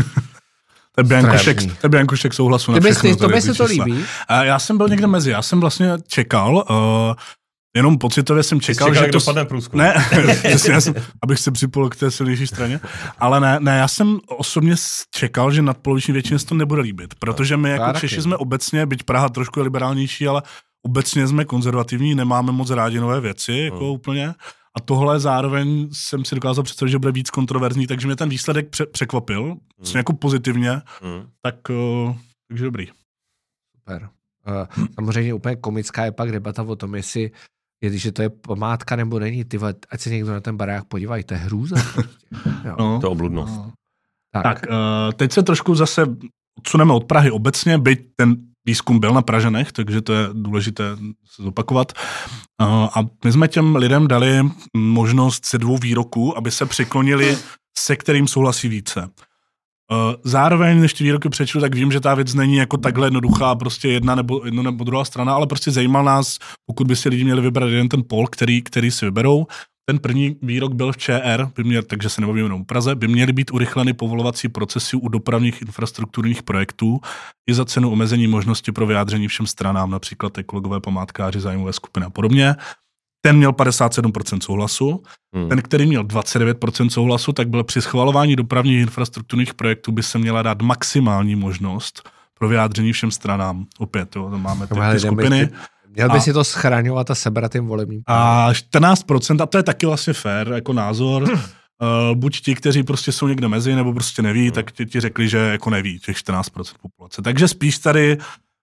To je Biankošek, to je Biankošek souhlasu na všechno. To by se to líbí. A já jsem byl někde mezi, já jsem vlastně čekal, uh, jenom pocitově jsem čekal, čekal že to... dopadne průzkum. Ne, já jsem, abych se připojil k té silnější straně, ale ne, ne, já jsem osobně čekal, že nadpoloviční většině se to nebude líbit, protože my jako Češi jsme obecně, byť Praha trošku je liberálnější, ale obecně jsme konzervativní, nemáme moc rádi nové věci, jako hmm. úplně. A tohle zároveň jsem si dokázal představit, že bude víc kontroverzní, takže mě ten výsledek pře- překvapil, hmm. vlastně jako pozitivně, hmm. tak uh, takže dobrý. Super. Uh, samozřejmě úplně komická je pak debata o tom, jestli je, to je památka nebo není, ty vole, ať se někdo na ten barák podívají, to je hrůza. No, to je obludnost. No. Tak, tak uh, teď se trošku zase odsuneme od Prahy obecně, byť ten výzkum byl na Pražanech, takže to je důležité se zopakovat. Uh, a my jsme těm lidem dali možnost ze dvou výroků, aby se přiklonili, se kterým souhlasí více. Uh, zároveň, než ty výroky přečtu, tak vím, že ta věc není jako takhle jednoduchá, prostě jedna nebo, jedna nebo druhá strana, ale prostě zajímal nás, pokud by si lidi měli vybrat jeden ten pol, který, který si vyberou. Ten první výrok byl v ČR, by měl, takže se nebavíme jenom v Praze, by měly být urychleny povolovací procesy u dopravních infrastrukturních projektů i za cenu omezení možnosti pro vyjádření všem stranám, například ekologové, památkáři, zájmové skupiny a podobně. Ten měl padesát sedm procent souhlasu. Hmm. Ten, který měl dvacet devět procent souhlasu, tak byl při schvalování dopravních infrastrukturních projektů by se měla dát maximální možnost pro vyjádření všem stranám. Opět, jo, tam máme ty, ty skupiny. Měl by a, si to schraňovat a sebrat tím volebním. A čtrnáct procent, a to je taky vlastně fair, jako názor. uh, buď ti, kteří prostě jsou někde mezi, nebo prostě neví, tak ti, ti řekli, že jako neví, těch čtrnáct procent populace. Takže spíš tady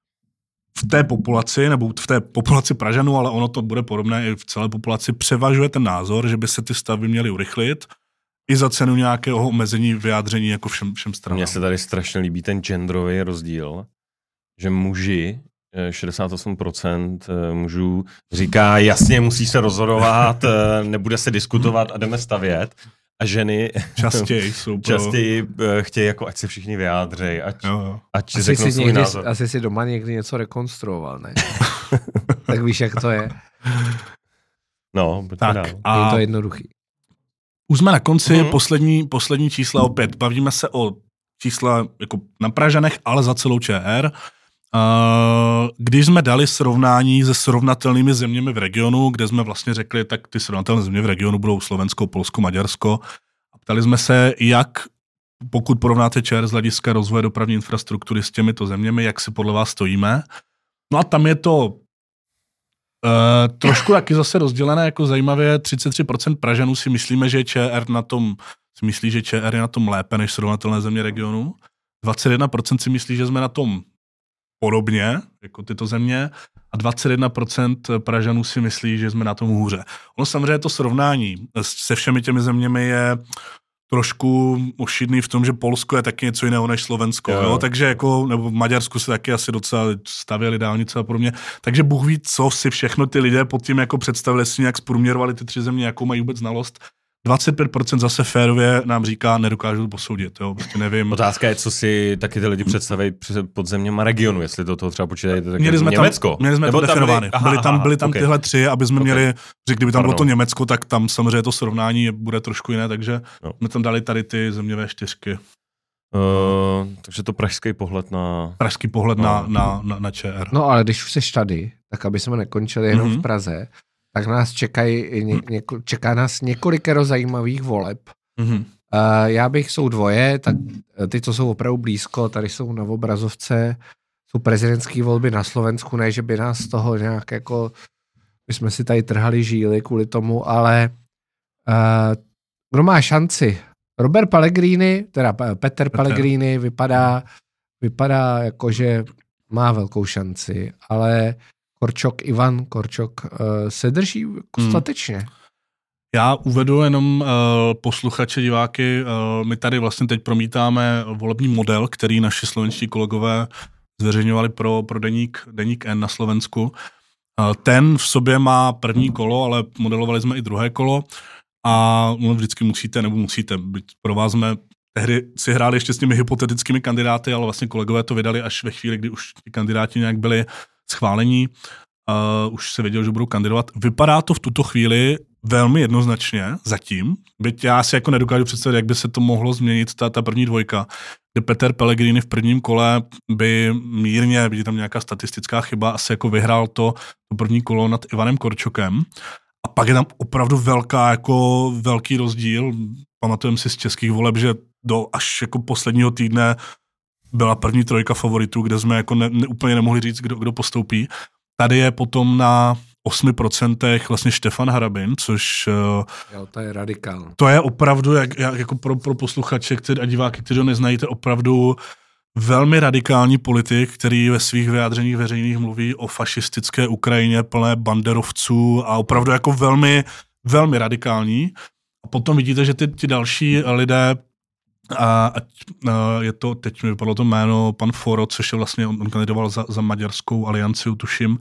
v té populaci, nebo v té populaci Pražanů, ale ono to bude podobné i v celé populaci, převažuje ten názor, že by se ty stavby měly urychlit i za cenu nějakého omezení vyjádření jako všem, všem stranám. Mně se tady strašně líbí ten genderový rozdíl, že muži šedesát osm procent mužů říká, jasně, musí se rozhodovat, nebude se diskutovat a jdeme stavět. A ženy častěji, jsou pro... častěji chtějí, jako, ať se všichni vyjádřejí, ať, jo, jo. ať řeknou svůj někdy, názor. Asi si doma někdy něco rekonstruoval, ne? Tak víš, jak to je. No, tak a... je to jednoduchý. Už jsme na konci, mm-hmm. poslední, poslední čísla opět. Bavíme se o čísla jako na Pražanech, ale za celou ČR. Uh, když jsme dali srovnání se srovnatelnými zeměmi v regionu, kde jsme vlastně řekli, tak ty srovnatelné země v regionu budou Slovensko, Polsko, Maďarsko. A ptali jsme se, jak, pokud porovnáte ČR z hlediska rozvoje dopravní infrastruktury s těmito zeměmi, jak si podle vás stojíme. No a tam je to Uh, trošku taky zase rozdělené jako zajímavě, třicet tři procent Pražanů si myslíme, že ČR na tom, si myslí, že ČR je na tom lépe než srovnatelné země regionu. dvacet jedna procent si myslí, že jsme na tom podobně, jako tyto země, a dvacet jedna procent Pražanů si myslí, že jsme na tom hůře. Ono samozřejmě to srovnání se všemi těmi zeměmi je trošku ošidný v tom, že Polsko je taky něco jiného než Slovensko, jo. Jo? Takže jako, nebo v Maďarsku se taky asi docela stavěly dálnice a podobně. Takže Bůh ví, co si všechno ty lidé pod tím jako představili, si nějak zprůměrovali ty tři země, jakou mají vůbec znalost. dvacet pět procent zase férově nám říká, nedokážu to posoudit, jo, prostě nevím. Otázka je, co si taky ty lidi představí pod zeměma regionu, jestli do toho třeba počítají tak měli jsme Německo. Tam, měli jsme Nebo to definovány. Byli, aha, byly tam, byly tam okay. tyhle tři, aby jsme okay. měli, že kdyby tam Pardon. bylo to Německo, tak tam samozřejmě to srovnání bude trošku jiné, takže no. jsme tam dali tady ty zeměvé čtyřky. Uh, takže to pražský pohled na... Pražský pohled no. na, na, na, na ČR. No ale když už jsi tady, tak aby jsme nekončili jenom mm-hmm. v Praze, tak nás čekají, ně, něko, čeká nás několikero zajímavých voleb. Mm-hmm. Uh, já bych, jsou dvoje, tak ty, co jsou opravdu blízko, tady jsou na obrazovce, jsou prezidentské volby na Slovensku, ne, že by nás z toho nějak jako, my jsme si tady trhali žíly kvůli tomu, ale uh, kdo má šanci? Robert Pellegrini, teda Peter, Peter. Pellegrini vypadá, vypadá jako, že má velkou šanci, ale Korčok, Ivan Korčok uh, se drží jako hmm. statečně. Já uvedu jenom uh, posluchače, diváky, uh, my tady vlastně teď promítáme volební model, který naši slovenští kolegové zveřejňovali pro, pro deník, deník N na Slovensku. Uh, ten v sobě má první kolo, ale modelovali jsme i druhé kolo a no, vždycky musíte, nebo musíte, byť pro vás jsme tehdy si hráli ještě s těmi hypotetickými kandidáty, ale vlastně kolegové to vydali až ve chvíli, kdy už ti kandidáti nějak byli schválení, uh, už se věděl, že budou kandidovat. Vypadá to v tuto chvíli velmi jednoznačně zatím, byť já si jako nedokážu představit, jak by se to mohlo změnit ta, ta první dvojka, kde Peter Pellegrini v prvním kole by mírně, by tam nějaká statistická chyba, asi jako vyhrál to, to první kolo nad Ivanem Korčokem. A pak je tam opravdu velká, jako velký rozdíl. Pamatujeme si z českých voleb, že do až jako posledního týdne byla první trojka favoritů, kde jsme jako ne, ne, úplně nemohli říct, kdo, kdo postoupí. Tady je potom na osmi procentech vlastně Štefan Harabin, což... Jo, to je radikál. To je opravdu, jak, jak jako pro, pro posluchače který, a diváky, kteří ho neznají, to je opravdu velmi radikální politik, který ve svých vyjádřeních veřejných mluví o fašistické Ukrajině plné banderovců a opravdu jako velmi, velmi radikální. A potom vidíte, že ty, ty další lidé, a, a, a je to, teď mi vypadlo to jméno, pan Foro, což je vlastně, on, on kandidoval za, za maďarskou alianci, tuším,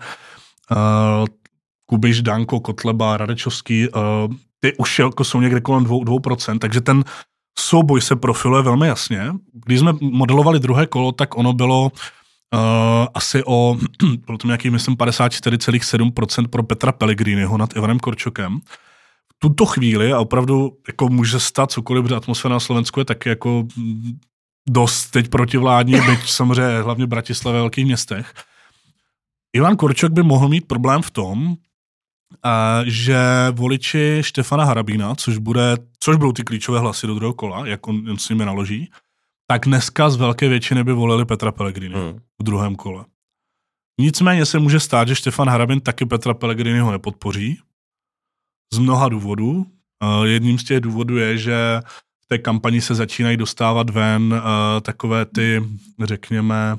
uh, Kubiš, Danko, Kotleba, Radečovský, uh, ty už jako jsou někde kolem dvou procent, takže ten souboj se profiluje velmi jasně. Když jsme modelovali druhé kolo, tak ono bylo uh, asi o, bylo to nějakých, myslím, padesát čtyři celá sedm procent pro Petra Pellegriniho nad Ivanem Korčokem. V tuto chvíli, a opravdu jako může stát cokoliv, protože atmosféra na Slovensku je taky jako dost teď protivládní, byť samozřejmě hlavně v Bratislavě a velkých městech. Ivan Korčok by mohl mít problém v tom, že voliči Štefana Harabína, což, bude, což budou ty klíčové hlasy do druhého kola, jak on, on s nimi naloží, tak dneska z velké většiny by volili Petra Pellegrini hmm. v druhém kole. Nicméně se může stát, že Štefan Harabin taky Petra Pellegriniho nepodpoří. Z mnoha důvodů. Jedním z těch důvodů je, že v té kampani se začínají dostávat ven takové ty, řekněme,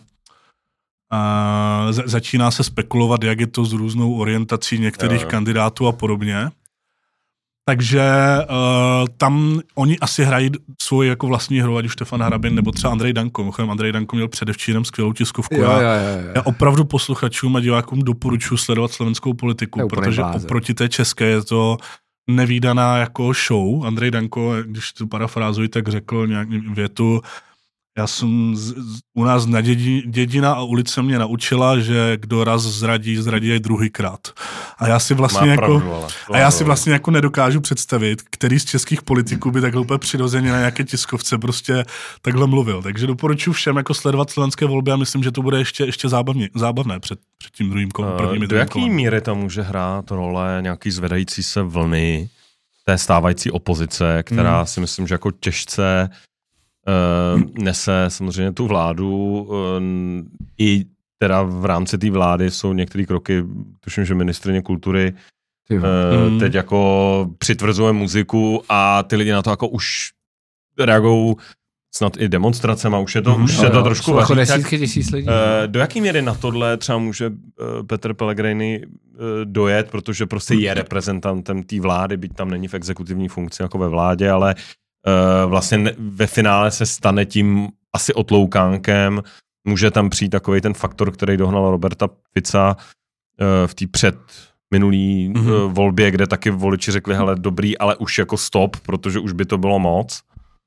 Uh, začíná se spekulovat, jak je to s různou orientací některých jo, jo. kandidátů a podobně. Takže uh, tam oni asi hrají svoji jako vlastní hru, ať už Štefan Harabin nebo třeba Andrej Danko. Mimochodem Andrej Danko měl předevčírem skvělou tiskovku. Jo, jo, jo, jo. Já opravdu posluchačům a divákům doporučuji sledovat slovenskou politiku, protože blázen. Oproti té české je to nevídaná jako show. Andrej Danko, když tu parafrázuji, tak řekl nějak větu: já jsem z, z, u nás na dědi, dědina a ulice mě naučila, že kdo raz zradí, zradí aj druhýkrát. A já si vlastně Má jako pravdu, ale. a já si vlastně jako nedokážu představit, který z českých politiků by takhle úplně přirozeně na nějaké tiskovce prostě takhle mluvil. Takže doporučuji všem jako sledovat slovenské volby a myslím, že to bude ještě, ještě zábavně, zábavné před, před tím druhým kolem. Uh, do jaký kolem. míry to může hrát role nějaký zvedající se vlny té stávající opozice, která hmm. si myslím, že jako těžce Uh, nese samozřejmě tu vládu uh, i teda v rámci té vlády jsou některé kroky, tuším, že ministryně kultury uh, teď jako přitvrzuje muziku a ty lidi na to jako už reagují snad i demonstracema, už je to, mm, už no, je to jo, trošku jako vaří. desítky tisíc lidí. Uh, do jaký míry na tohle třeba může uh, Petr Pellegrini uh, dojet, protože prostě je reprezentantem té vlády, byť tam není v exekutivní funkci jako ve vládě, ale uh, vlastně ne, ve finále se stane tím asi otloukánkem, může tam přijít takový ten faktor, který dohnal Roberta Fica uh, v té před minulý mm-hmm. uh, volbě, kde taky voliči řekli, hele, dobrý, ale už jako stop, protože už by to bylo moc.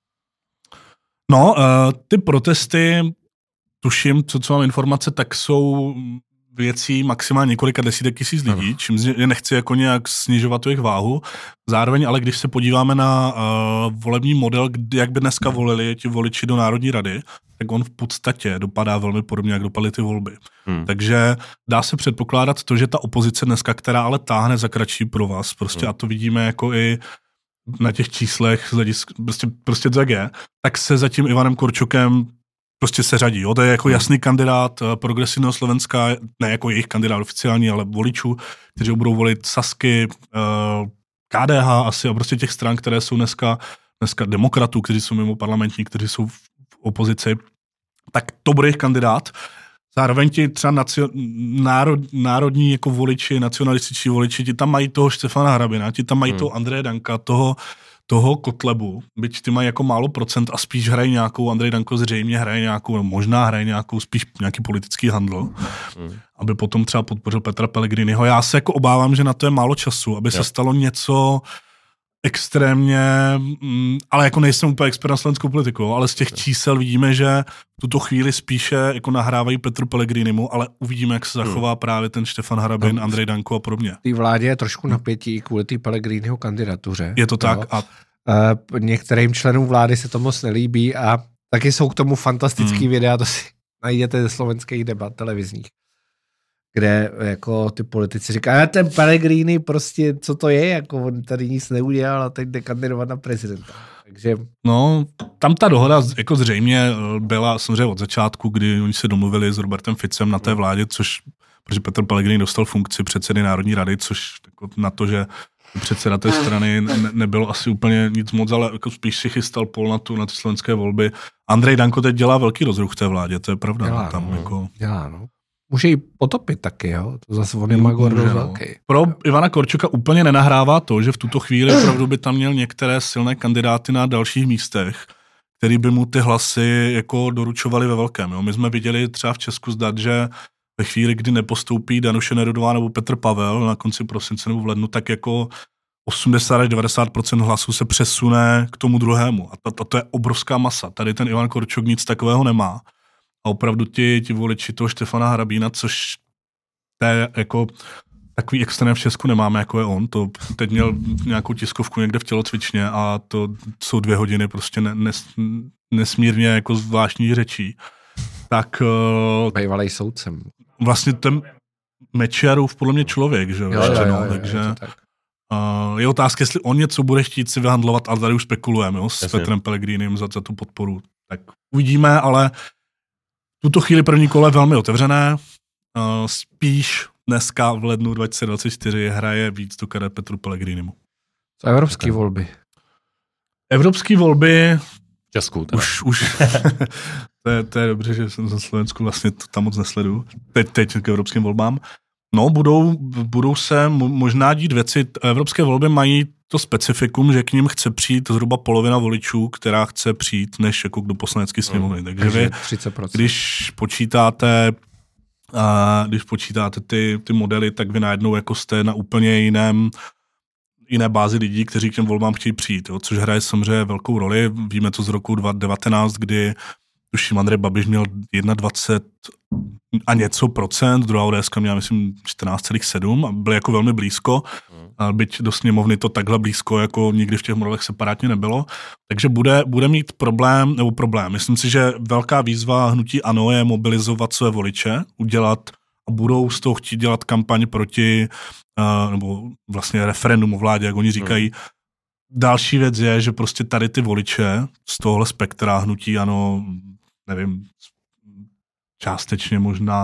No, uh, ty protesty, tuším, co, co mám informace, tak jsou věcí maximálně několika desítek tisíc lidí, ano. Čím je nechci jako nějak snižovat tu jejich váhu. Zároveň, ale když se podíváme na uh, volební model, kdy, jak by dneska volili ti voliči do Národní rady, tak on v podstatě dopadá velmi podobně, jak dopadly ty volby. Hmm. Takže dá se předpokládat to, že ta opozice dneska, která ale táhne za kratší pro vás, prostě hmm. a to vidíme jako i na těch číslech, prostě, prostě tak je, tak se za tím Ivanem Korčokem prostě se řadí. Jo? To je jako jasný kandidát progresivního Slovenska, ne jako jejich kandidát oficiální, ale voličů, kteří budou volit Sasky, K D H asi a prostě těch stran, které jsou dneska, dneska demokratů, kteří jsou mimo parlamentní, kteří jsou v opozici, tak to bude jejich kandidát. Zároveň ti třeba nacio, národ, národní jako voliči, nacionalističní voliči, ti tam mají toho Štefana Hrabina, ti tam mají hmm. toho Andreje Danka, toho, toho Kotlebu, byť ty mají jako málo procent a spíš hrají nějakou, Andrej Danko zřejmě hraje nějakou, možná hraje nějakou, spíš nějaký politický handl, hmm. aby potom třeba podpořil Petra Pellegriniho. Já se jako obávám, že na to je málo času, aby jo. se stalo něco extrémně, ale jako nejsem úplně expert na slovenskou politiku, ale z těch čísel vidíme, že v tuto chvíli spíše jako nahrávají Petru Pellegrinimu, ale uvidíme, jak se zachová hmm. právě ten Štefan Hrabin, no, Andrej Danko a podobně. V té vládě je trošku napětí kvůli té Pellegriniho kandidatuře. Je to tak. A, a některým členům vlády se to moc nelíbí a taky jsou k tomu fantastický hmm. videa, to si najdete ze slovenských debat televizních, kde jako ty politici říkají, a ten Pellegrini prostě, co to je, jako on tady nic neudělal a teď jde kandidovat na prezidenta. Takže... No, tam ta dohoda jako zřejmě byla samozřejmě od začátku, kdy oni se domluvili s Robertem Ficem na té vládě, což, protože Petr Pellegrini dostal funkci předsedy Národní rady, což jako na to, že předseda té strany ne, nebylo asi úplně nic moc, ale jako spíš si chystal pol na tu, na ty slovenské volby. Andrej Danko teď dělá velký rozruch v té vládě, to je pravda. Dělá, tam no, jako... dělá, no. Může ji potopit taky, jo? To zase on je Magor velký. Pro Ivana Korčoka úplně nenahrává to, že v tuto chvíli opravdu by tam měl některé silné kandidáty na dalších místech, který by mu ty hlasy jako doručovali ve velkém. Jo? My jsme viděli třeba v Česku zdat, že ve chvíli, kdy nepostoupí Danuše Nerudová nebo Petr Pavel na konci prosince nebo v lednu, tak jako osmdesát až devadesát procent hlasů se přesune k tomu druhému. A to, to, to je obrovská masa. Tady ten Ivan Korčok nic takového nemá. A opravdu ti, ti voliči toho Štefana Hrabína, což to je jako takový extrém v Česku nemáme, jako je on. To teď měl nějakou tiskovku někde v tělocvičně a to jsou dvě hodiny prostě ne, nes, nesmírně jako zvláštní řečí. Tak... Bývalej soudcem. Vlastně ten Mečiarův podle mě člověk, že jo? jo, jo, jo, takže je, tak. uh, je otázka, jestli on něco bude chtít si vyhandlovat, ale tady už spekulujeme, jo, s Jasně. Petrem Pellegrinem za, za tu podporu. Tak uvidíme, ale tuto chvíli první kolo je velmi otevřené. Uh, spíš dneska v lednu dva tisíce dvacet čtyři hraje víc do karet Petru Pellegrinimu. Co evropské volby? Evropské volby... Česku. Už, už. to, je, to je dobře, že jsem za Slovensku vlastně to tam moc nesleduju. Teď, teď k evropským volbám. No, budou, budou se možná dít věci. Evropské volby mají to specifikum, že k nim chce přijít zhruba polovina voličů, která chce přijít, než jako do poslanecké sněmovny. Mm, takže vy, třicet procent. když počítáte, a, když počítáte ty, ty modely, tak vy najednou jako jste na úplně jiném jiné bázi lidí, kteří k těm volbám chtějí přijít, jo, což hraje samozřejmě velkou roli. Víme to z roku dva tisíce devatenáct, kdy tuším Andrej Babiš měl dvacet jedna a něco procent, druhá O D S měla myslím čtrnáct celá sedm a byl jako velmi blízko, a byť do sněmovny to takhle blízko jako nikdy v těch modelech separátně nebylo. Takže bude, bude mít problém, nebo problém. Myslím si, že velká výzva hnutí ANO je mobilizovat své voliče, udělat a budou z toho chtít dělat kampaň proti, uh, nebo vlastně referendum o vládě, jak oni říkají. Hmm. Další věc je, že prostě tady ty voliče z tohohle spektra hnutí ANO, nevím, částečně možná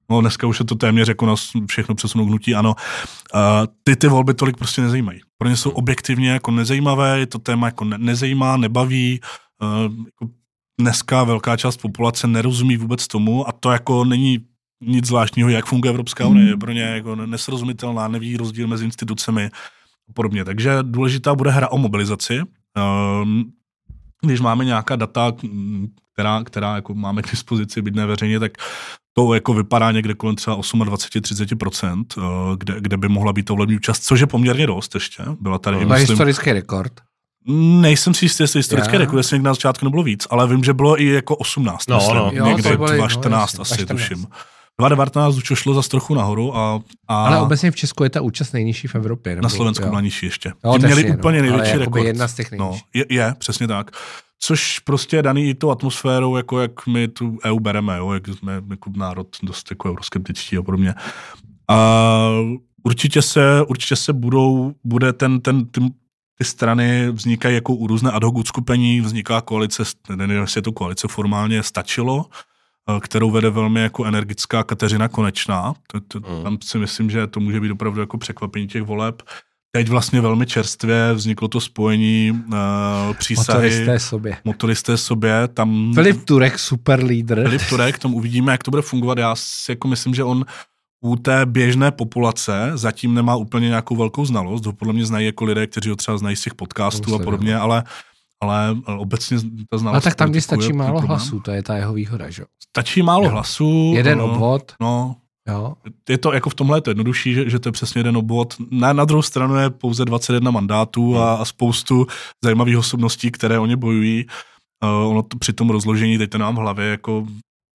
No dneska už je to téměř jako nás všechno přesunou hnutí, ano. Uh, ty ty volby tolik prostě nezajímají. Pro ně jsou objektivně jako nezajímavé, to téma jako ne- nezajímá, nebaví. Uh, jako dneska velká část populace nerozumí vůbec tomu a to jako není nic zvláštního, jak funguje Evropská unie. Je pro ně jako nesrozumitelná, neví rozdíl mezi institucemi a podobně. Takže důležitá bude hra o mobilizaci. Uh, když máme nějaká data, která, která jako máme k dispozici, byť neveřejně, tak to jako vypadá někde kolem třeba dvacet osm až třicet procent, kde, kde by mohla být ta volební účast, což je poměrně dost ještě. Byla tady, to myslím, historický rekord. Nejsem si jistý, jestli historický rekord, jestli někdy na začátku nebylo víc, ale vím, že bylo i jako osmnáct, no, myslím, no. někdy jo, dvacet čtrnáct no, asi tuším. dvacet devatenáct už šlo zase trochu nahoru. A, a ale obecně v Česku je ta účast nejnižší v Evropě. Nebo, na Slovensku byla nižší ještě. Jo, Ti měli no, úplně největší rekord. Jedna z těch nejnižší. No, je, je, přesně tak. Což prostě je daný i tou atmosférou, jako jak my tu E U bereme, jo, jak jsme jako národ dost jako euroskeptičtí a podobně. A určitě se, určitě se budou, bude ten, ten, ty, ty strany vznikají jako u různé ad hoc uskupení, vzniká koalice, nevím, jestli je to koalice formálně Stačilo, kterou vede velmi jako energická Kateřina Konečná. To, to, tam si myslím, že to může být opravdu jako překvapení těch voleb. Teď vlastně velmi čerstvě vzniklo to spojení uh, přísahy. Motoristé sobě. Motoristé sobě. Tam Filip Turek, super lídr. Filip Turek, tam uvidíme, jak to bude fungovat. Já si jako myslím, že on u té běžné populace zatím nemá úplně nějakou velkou znalost. Ho podle mě znají jako lidé, kteří ho třeba znají z těch podcastů Muslim, a podobně, ale, ale obecně ta znalost... Ale tak tam, kde stačí málo hlasů, to je ta jeho výhoda, že jo? Stačí málo jo. hlasů. Jeden no, obvod. No, jo. Je to jako v tomhle je to jednodušší, že, že to je přesně jeden obvod. Na, na druhou stranu je pouze dvacet jedna mandátů a, a spoustu zajímavých osobností, které o ně bojují. Uh, ono to při tom rozložení, teď to nám v hlavě, jako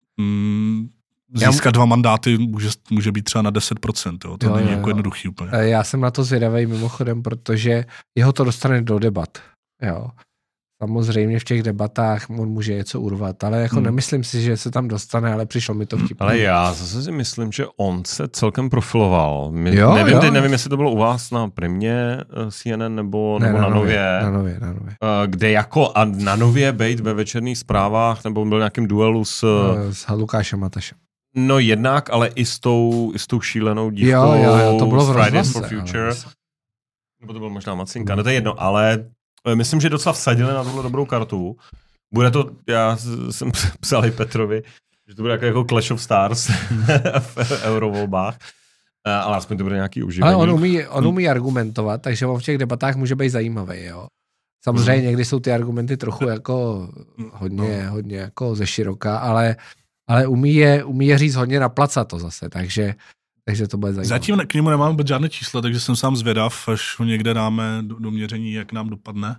mm, získat dva mandáty může, může být třeba na deset procent. Jo? To jo, není jo, jako jednoduchý úplně. Já jsem na to zvědavý mimochodem, protože jeho to dostane do debat. Jo. Samozřejmě v těch debatách on může něco urvat, ale jako hmm. nemyslím si, že se tam dostane, ale přišlo mi to vtipně. Ale já zase si myslím, že on se celkem profiloval. My, jo, nevím, jo. Teď nevím, jestli to bylo u vás na Primě C N N nebo, ne, nebo na, na Nově. Na Nově, na Nově. Kde jako a na Nově bejt ve večerních zprávách, nebo byl nějakým duelu s... S Lukášem Matašem. No jednak, ale i s tou, i s tou šílenou dívkou jo, jo, jo, to bylo v Fridays for Future. Ale... Nebo to byl možná Macinka, no to je jedno, ale myslím, že docela vsadili na tuhle dobrou kartu. Bude to, já jsem psal i Petrovi, že to bude jako, jako Clash of Stars v eurovolbách, ale aspoň to bude nějaký uživení. Ale on umí, on umí argumentovat, takže on v těch debatách může být zajímavý, jo. Samozřejmě hmm. někdy jsou ty argumenty trochu jako hodně, no. hodně jako ze široka, ale, ale umí, je, umí je říct hodně na placa to zase, takže Takže to bude zajímavé. Zatím k němu nemám vůbec žádné čísla, takže jsem sám zvědav, až ho někde dáme do, do měření, jak nám dopadne.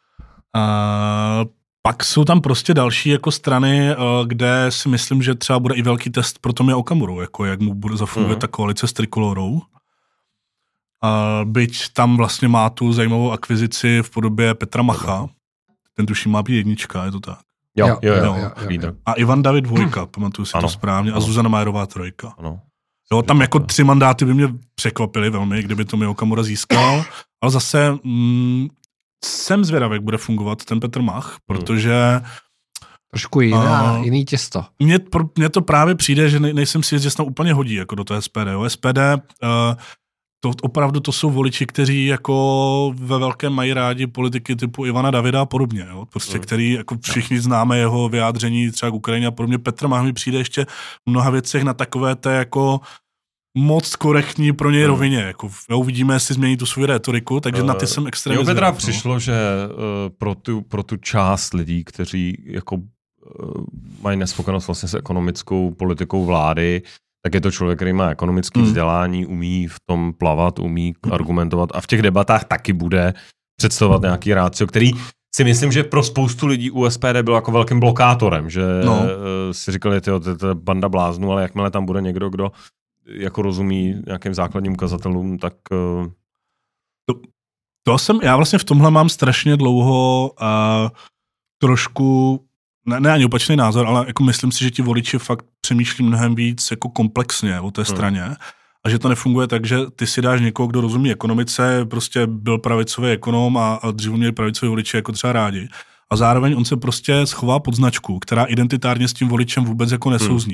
A pak jsou tam prostě další jako strany, kde si myslím, že třeba bude i velký test pro Tomia Okamuru, jako jak mu bude zafungovat uh-huh. ta koalice s Trikolorou. A byť tam vlastně má tu zajímavou akvizici v podobě Petra Macha. Ten tuším má být jednička, je to tak? Jo, jo, jo. jo, jo, jo. A Ivan David dvojka, pamatuju si ano, to správně, ano. A Zuzana Majerová trojka. Ano. Jo, tam jako tři mandáty by mě překvapily velmi, kdyby to Tomio Okamura získal, ale zase mm, jsem zvědavý, jak bude fungovat ten Petr Mach, protože... Trošku jiná, uh, jiný těsto. Mně, mně to právě přijde, že nej, nejsem si jist, že se tam úplně hodí jako do toho S P D. Jo. S P D, uh, to opravdu to jsou voliči, kteří jako ve velkém mají rádi politiky typu Ivana Davida a podobně. Jo. Prostě, uh. který jako všichni známe jeho vyjádření třeba k Ukrajině a podobně. Petr Mach mi přijde ještě v mnoha věcech na takové té jako moc korektní pro něj uh. rovině. Jako, uvidíme, jestli změní tu svou retoriku, takže uh. na ty jsem extrémně jo, Petra zvědav, přišlo, no. že uh, pro, tu, pro tu část lidí, kteří jako uh, mají nespokojenost vlastně s ekonomickou politikou vlády, tak je to člověk, který má ekonomické hmm. vzdělání, umí v tom plavat, umí hmm. argumentovat a v těch debatách taky bude představovat nějaký rácio, který si myslím, že pro spoustu lidí u S P D byl jako velkým blokátorem, že no. si říkali, tyjo, to je banda bláznů, ale jakmile tam bude někdo, kdo jako rozumí nějakým základním ukazatelům, tak... Uh... To, to jsem, já vlastně v tomhle mám strašně dlouho uh, trošku... Ne, ne ani opačný názor, ale jako myslím si, že ti voliči fakt přemýšlí mnohem víc jako komplexně o té straně hmm. a že to nefunguje tak, že ty si dáš někoho, kdo rozumí ekonomice, prostě byl pravicový ekonom a, a dřív měli pravicový voliči jako třeba rádi. A zároveň on se prostě schová pod značku, která identitárně s tím voličem vůbec jako nesouzní. Hmm.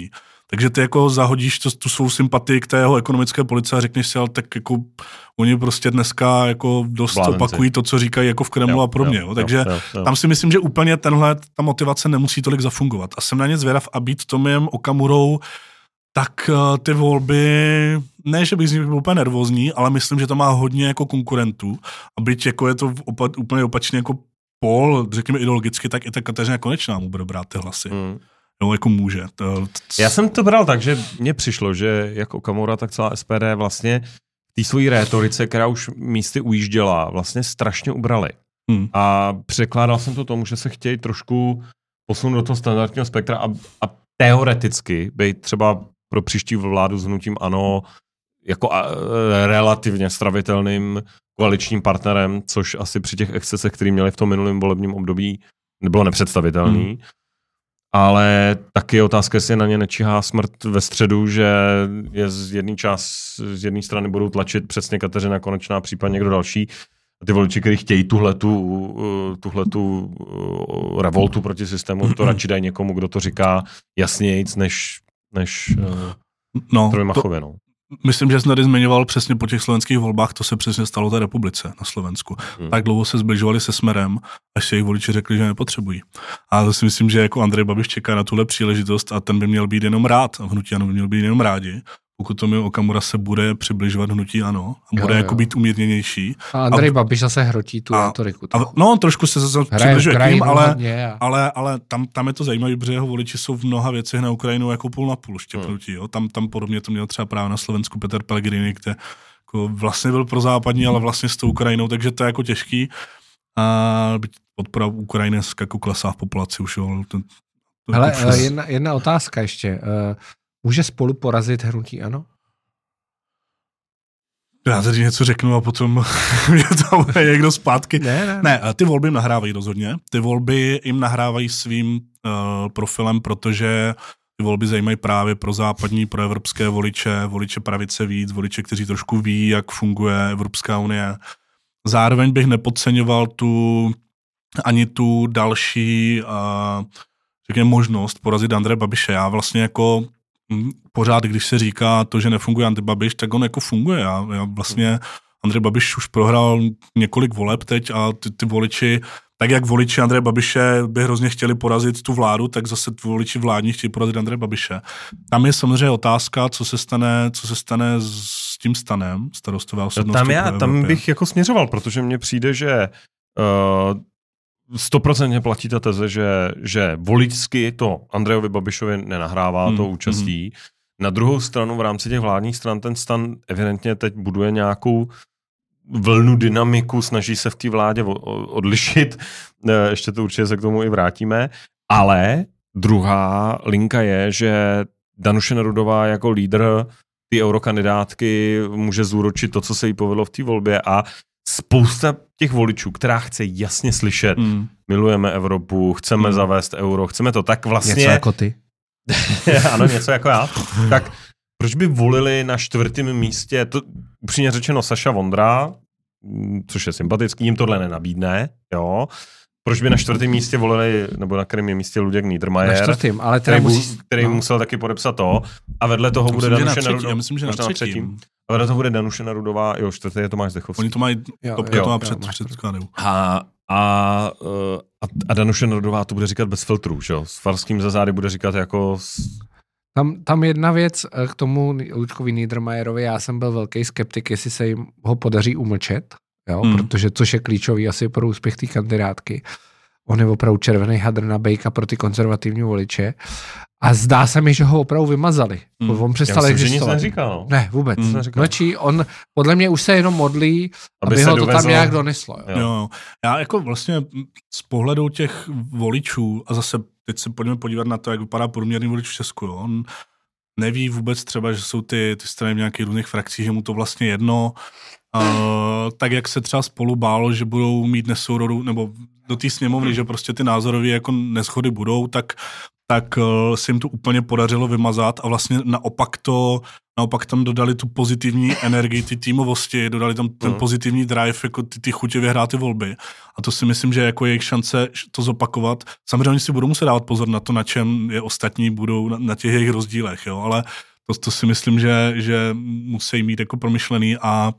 Takže ty jako zahodíš to, tu svou sympatii k té jeho ekonomické politice a řekneš si, ale tak jako oni prostě dneska jako dost Vládenci. opakují to, co říkají jako v Kremlu jo, a podobně. Jo, jo, takže jo, jo. tam si myslím, že úplně tenhle, ta motivace nemusí tolik zafungovat. A jsem na ně zvědav a být Tomiem Okamurou, tak ty volby, ne, že bych z nich byl úplně nervózní, ale myslím, že to má hodně jako konkurentů. A byť jako je to opa- úplně opačně jako pol, řekněme ideologicky, tak i ta Kateřina Konečná mu bude brát ty hlasy. Hmm. Jo, jako může. To, to... Já jsem to bral tak, že mně přišlo, že jako Okamura, tak celá S P D vlastně té svojí rétorice, která už místy ujížděla, vlastně strašně ubrali. Hmm. A překládal jsem to tomu, že se chtějí trošku posunout do toho standardního spektra a, a teoreticky být třeba pro příští vládu s hnutím ANO jako a, relativně stravitelným koaličním partnerem, což asi při těch excesech, který měli v tom minulém volebním období, nebylo nepředstavitelný. Hmm. Ale taky je otázka, jestli na ně nečíhá smrt ve středu, že je z jedné čas, z jedné strany budou tlačit přesně Kateřina Konečná, případně někdo další. A ty voliči, kteří chtějí tuhletu, tuhletu revoltu proti systému, to radši dají někomu, kdo to říká jasnějc, než, než no, Trojmachově. No. Myslím, že jsem tady zmiňoval přesně po těch slovenských volbách, to se přesně stalo té republice na Slovensku. Hmm. Tak dlouho se zbližovali se Smerem, až se jejich voliči řekli, že nepotřebují. A to si myslím, že jako Andrej Babiš čeká na tuhle příležitost a ten by měl být jenom rád a v hnutí ANO by měl být jenom rádi, pokud Tomio Okamura se bude přibližovat hnutí ANO a bude jo, jako jo. být umírněnější. A Andrej a, Babiš zase hrotí tu rétoriku. No, trošku se zase přibližuje k ním, ale, a... ale, ale tam, tam je to zajímavé, protože jeho voliči jsou v mnoha věcech na Ukrajinu jako půl na půl štěpnutí. Hmm. Tam, tam podobně to měl třeba právě na Slovensku Peter Pellegrini, který jako vlastně byl prozápadní, ale vlastně s tou Ukrajinou, takže to je jako těžký. A podpora Ukrajiny jako klesá v populaci už. Jo. To, to Hele, jako přes... jedna, jedna otázka ještě. Může Spolu porazit hnutí ANO? Já tady něco řeknu a potom mě tam bude někdo zpátky. Ne, ne. ne, ty volby jim nahrávají rozhodně. Ty volby jim nahrávají svým uh, profilem, protože ty volby zajímají právě pro západní, pro evropské voliče, voliče pravice víc, voliče, kteří trošku ví, jak funguje Evropská unie. Zároveň bych nepodceňoval tu ani tu další uh, řekněme, možnost porazit Andreje Babiše. Já vlastně jako pořád, když se říká to, že nefunguje Andrej Babiš, tak on jako funguje. Já, já vlastně Andrej Babiš už prohrál několik voleb teď a ty, ty voliči, tak jak voliči Andreje Babiše by hrozně chtěli porazit tu vládu, tak zase voliči vládní chtějí porazit Andreje Babiše. Tam je samozřejmě otázka, co se stane, co se stane s tím stanem, starostové osobnosti. Tam já, tam bych jako směřoval, protože mně přijde, že uh, stoprocentně platí ta teze, že, že voličsky to Andrejovi Babišovi nenahrává hmm, to účastí. Hmm. Na druhou stranu v rámci těch vládních stran ten stan evidentně teď buduje nějakou vlnu dynamiku, snaží se v té vládě odlišit. Ještě to určitě se k tomu i vrátíme. Ale druhá linka je, že Danuše Nerudová jako lídr ty eurokandidátky může zúročit to, co se jí povedlo v té volbě a spousta těch voličů, která chce jasně slyšet, hmm. milujeme Evropu, chceme hmm. zavést euro, chceme to, tak vlastně... Něco jako ty. Ano, něco jako já. Tak proč by volili na čtvrtém místě, to upřímně řečeno Saša Vondra, což je sympatický, jim tohle nenabídne, jo. Proč by na čtvrtém místě volili, nebo na kterém je místě Luděk Niedermayer, na čtvrtým, ale který, musí, který no. musel taky podepsat to, a vedle toho bude Danuše Nerudová. Já myslím, že na třetím. třetím. A vedle toho bude Danuše Nerudová, jo, čtvrtý je Tomáš Zdechovský. Oni to mají, topka to má před, před skladem. A, a, a, a Danuše Nerudová to bude říkat bez filtrů, že jo? S Farským za zády bude říkat jako... S... Tam, tam jedna věc k tomu Luďkovi Niedermayerovi, já jsem byl velký skeptik, jestli se jim ho podaří umlčet, jo? Hmm. Protože což je klíčový asi pro úspěch té kandidátky. On je opravdu červený hadr na bejka pro ty konzervativní voliče. A zdá se mi, že ho opravdu vymazali. Mm. On přestal Já existovat. Že nic neříkal. Ne, vůbec. Mm. Mlčí, on podle mě už se jenom modlí, aby, aby ho to dovezl. Tam nějak doneslo. Jo. Jo. Já jako vlastně z pohledu těch voličů, a zase teď se pojďme podívat na to, jak vypadá průměrný volič v Česku. Jo. On neví vůbec třeba, že jsou ty, ty strany v nějakých různých frakcích, že mu to vlastně jedno. Uh, tak jak se třeba Spolu bálo, že budou mít nesourodu, nebo do té sněmovny, že prostě ty názorové jako neschody budou, tak, tak uh, se jim to úplně podařilo vymazat a vlastně naopak to naopak tam dodali tu pozitivní energii, ty týmovosti, dodali tam ten mm. pozitivní drive, jako ty, ty chutě vyhrát ty volby. A to si myslím, že jako jejich šance to zopakovat. Samozřejmě oni si budou muset dávat pozor na to, na čem je ostatní budou, na, na těch jejich rozdílech, jo, ale to, to si myslím, že, že musí mít jako promyšlený a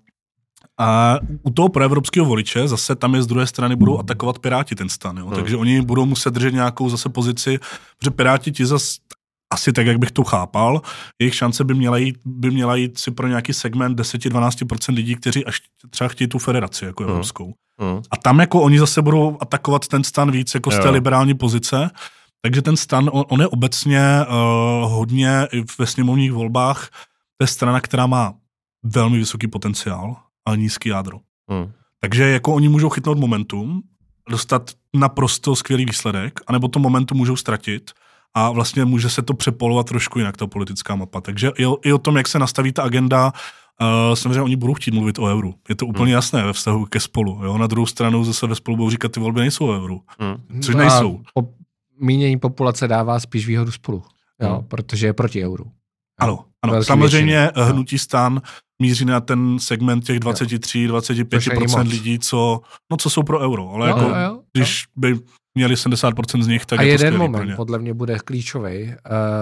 A u toho proevropského voliče zase tam je z druhé strany budou atakovat Piráti ten stan, jo? Hmm. Takže oni budou muset držet nějakou zase pozici, protože Piráti ti zase asi tak, jak bych to chápal, jejich šance by měla jít, by měla jít si pro nějaký segment deset až dvanáct procent lidí, kteří až třeba chtějí tu federaci jako hmm. evropskou. Hmm. A tam jako oni zase budou atakovat ten stan víc jako z té liberální pozice, takže ten stan, on, on je obecně uh, hodně ve sněmovních volbách, to je strana, která má velmi vysoký potenciál, ale nízký jádro. Hmm. Takže jako oni můžou chytnout momentum, dostat naprosto skvělý výsledek, anebo to momentum můžou ztratit a vlastně může se to přepolovat trošku jinak, ta politická mapa. Takže i o, i o tom, jak se nastaví ta agenda, uh, samozřejmě oni budou chtít mluvit o euru. Je to úplně hmm. jasné ve vztahu ke Spolu. Jo? Na druhou stranu zase ve Spolu budou říkat, ty volby nejsou o euru. Hmm. Což nejsou. Po, mínění populace dává spíš výhodu Spolu, jo? Hmm. Protože je proti euru. Ano, ano. Samozřejmě většiny. Hnutí STAN míří na ten segment těch dvacet tři až dvacet pět procent lidí, co, no, co jsou pro euro. Ale jo, jako, jo, když jo. by měli sedmdesát procent z nich, tak a je to jeden moment podle mě bude klíčový, uh,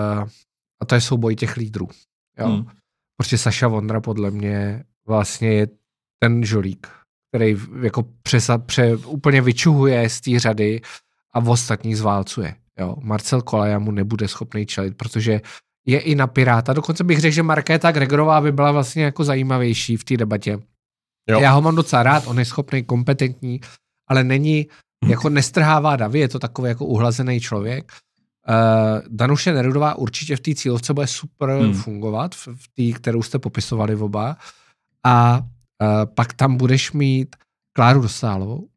a to je souboj těch lídrů. Jo? Hmm. Protože Saša Vondra podle mě vlastně je ten žolík, který jako přesa, pře, úplně vyčuhuje z té řady a v ostatní zválcuje. Jo? Marcel Kolaja mu nebude schopný čelit, protože je i na Piráta. Dokonce bych řekl, že Markéta Gregorová by byla vlastně jako zajímavější v té debatě. Jo. Já ho mám docela rád, on je schopný, kompetentní, ale není, jako nestrhává davy, je to takový jako uhlazený člověk. Uh, Danuše Nerudová určitě v té cílovce bude super hmm. fungovat, v, v té, kterou jste popisovali oba. A uh, pak tam budeš mít Kláru Dostálovou.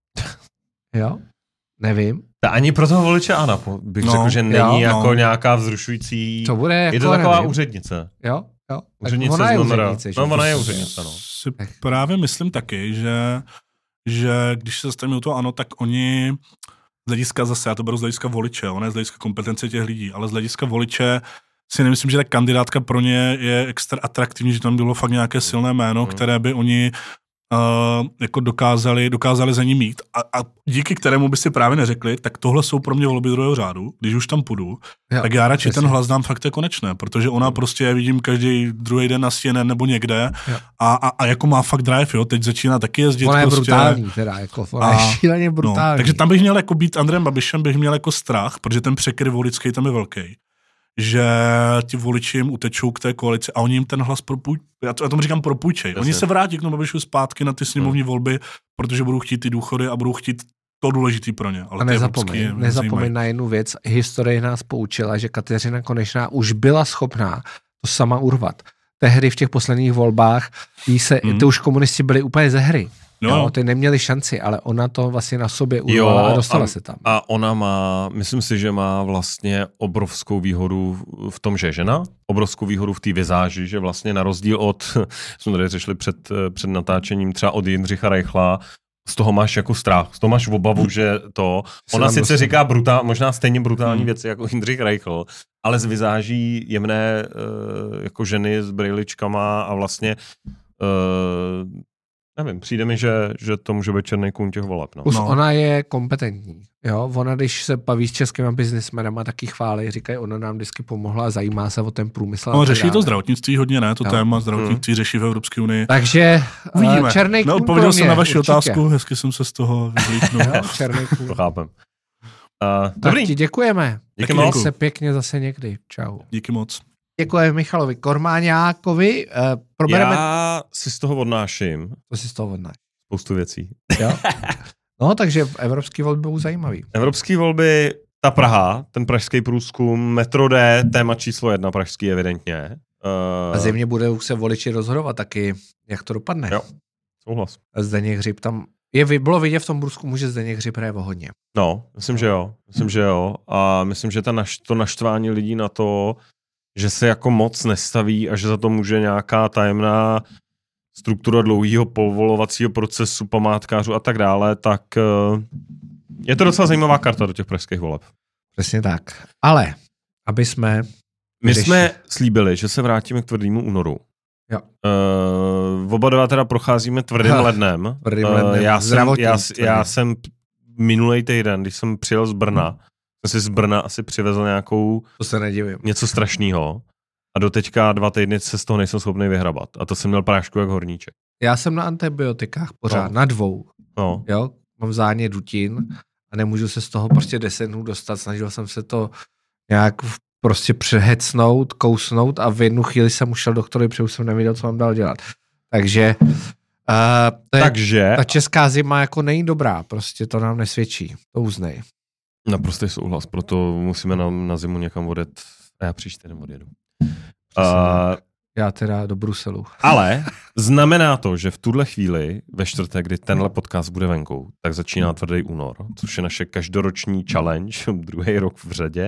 Jo? Nevím. Ta ani pro toho voliče Ana bych no, řekl, že není jo, jako no. nějaká vzrušující... To bude jako, je to taková nevím. úřednice. Jo, jo. Úřednice ona je znamená, úřednice. Že? No, ona je úřednice, no. Si právě myslím taky, že, že když se zastavíme u toho Ano, tak oni z hlediska zase, já to beru z hlediska voliče, ona je z hlediska kompetence těch lidí, ale z hlediska voliče si nemyslím, že ta kandidátka pro ně je extra atraktivní, že tam bylo fakt nějaké silné jméno, hmm. které by oni Uh, jako dokázali, dokázali za ní mít a, a díky kterému by si právě neřekli, tak tohle jsou pro mě volby druhého řádu, když už tam půjdu, jo, tak já radši ten hlas dám fakt je konečné, protože ona prostě, já vidím každý druhý den na C N N nebo někde a, a, a jako má fakt drive, jo, teď začíná taky jezdit. Ona je prostě, brutální teda, jako ona a, je šíleně brutální. No, takže tam bych měl jako být Andrejem Babišem, bych měl jako strach, protože ten překryv voličský tam je velký, že ti voliči jim utečou k té koalici a oni jim ten hlas propůj, já, to, já tomu říkám propůjčej. Jasně. Oni se vrátí k tomu Babišu zpátky na ty sněmovní hmm. volby, protože budou chtít ty důchody a budou chtít to důležitý pro ně. Ale a nezapomeň, nezapomeň na jednu věc. Historie nás poučila, že Kateřina Konečná už byla schopná to sama urvat. Tehdy v těch posledních volbách jí se, hmm. ty už komunisti byli úplně ze hry. No. Jo, ty neměli šanci, ale ona to vlastně na sobě urvala jo, a dostala a, se tam. A ona má, myslím si, že má vlastně obrovskou výhodu v tom, že je žena, obrovskou výhodu v té vizáži, že vlastně na rozdíl od, jsme tady řešili před, před natáčením třeba od Jindřicha Reichla, z toho máš jako strach, z toho máš obavu, že to, ona sice dostane. Říká brutál, možná stejně brutální hmm. věci jako Jindřich Reichl, ale z vizáží jemné jako ženy s brýličkama a vlastně nevím, přijde mi, že, že to může být černý kůň těch voleb. No. Plus ona je kompetentní. Jo? Ona, když se baví s českými biznismenama, taky chválí, říkají, ona nám vždycky pomohla a zajímá se o ten průmysl. No, řeší to zdravotnictví hodně, ne? To jo. téma zdravotnictví hmm. řeší v Evropské unii. Takže uh, černý kůň Neodpověděl jsem na vaši určitě. Otázku, hezky jsem se z toho vyvlíknul. Černý kůň. To chápem. Uh, tak dobrý. ti děkujeme. Díky moc. se pěkně zase někdy. Čau. Díky moc. Děkujeme Michalovi Kormáňákovi. Uh, probereme... Já si z toho odnáším. To si z toho odnáš. Spoustu věcí. Jo? No, takže evropské volby budou zajímavý. Evropské volby, ta Praha, ten pražský průzkum, Metro D, téma číslo jedna pražský evidentně. Uh... A zřejmě bude se voliči rozhodovat taky, jak to dopadne. Jo, souhlas. Zdeněk Hřib tam... Je, bylo vidět v tom průzkumu, že Zdeněk Hřib hraje o hodně. No, myslím, že jo. Myslím, že jo. A myslím, že ta naš, to naštvání lidí na to, že se jako moc nestaví a že za to může nějaká tajemná struktura dlouhého povolovacího procesu, památkářů a tak dále, tak je to docela zajímavá karta do těch pražských voleb. Přesně tak. Ale, aby jsme My řeší. jsme slíbili, že se vrátíme k tvrdému únoru. Jo. Uh, oba dva teda procházíme tvrdým ha, lednem. Tvrdým lednem. Uh, já, jsem, já, já jsem minulej týden, když jsem přijel z Brna, hmm. jsem si z Brna asi přivezl nějakou... To se nedivím. Něco strašného. A doteďka dva týdny se z toho nejsem schopný vyhrabat. A to jsem měl prášku jak horníček. Já jsem na antibiotikách pořád, no. na dvou. No. Jo, mám zánět dutin a nemůžu se z toho prostě deset dnů dostat. Snažil jsem se to nějak prostě přehecnout, kousnout a v jednu chvíli jsem ušel doktorovi, protože už jsem nevěděl, co mám dál dělat. Takže, uh, to je, Takže ta česká zima jako není dobrá, prostě to nám nesvědčí. To uznej. Naprostý souhlas, proto musíme na, na zimu někam odjet. A já příští týden odjedu. Uh, já teda do Bruselu. Ale znamená to, že v tuhle chvíli, ve čtvrtek, kdy tenhle podcast bude venku, tak začíná tvrdý únor, což je naše každoroční challenge, druhý rok v řadě.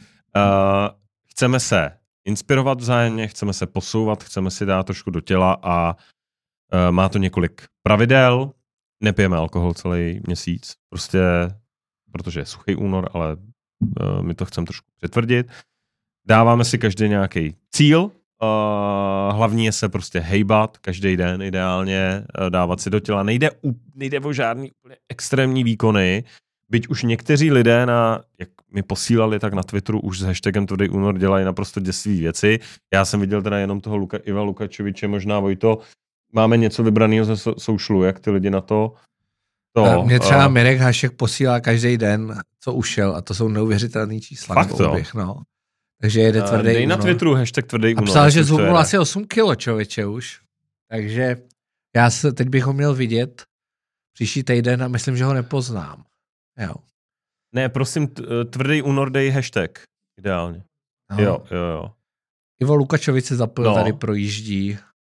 Uh, chceme se inspirovat vzájemně, chceme se posouvat, chceme si dát trošku do těla a uh, má to několik pravidel. Nepijeme alkohol celý měsíc, prostě protože je suchý únor, ale uh, my to chceme trošku přetvrdit. Dáváme si každý nějaký cíl, uh, hlavní je se prostě hejbat každý den ideálně, uh, dávat si do těla. Nejde, nejde o žádný extrémní výkony, byť už někteří lidé, na, jak mi posílali, tak na Twitteru už s hashtagem tvrdý únor dělají naprosto děsivý věci. Já jsem viděl teda jenom toho Luka, Iva Lukačoviče, možná Vojto, máme něco vybraného ze so, socialu, jak ty lidi na to... to Mě třeba uh, Mirek Hašek posílá každý den, co ušel a to jsou neuvěřitelný čísla. Fakt to? Oběh, no. Takže jede tvrdý Dej únor. na Twitteru hashtag tvrdý únor. A psal, že zhubnul asi osm kilo, člověče už. Takže já se, teď bych ho měl vidět příští týden a myslím, že ho nepoznám. Jo. Ne, prosím, tvrdý únor dej hashtag. Ideálně. No. Jo, jo, jo. Ivo Lukačovič se zapojil, no. Tady projíždí.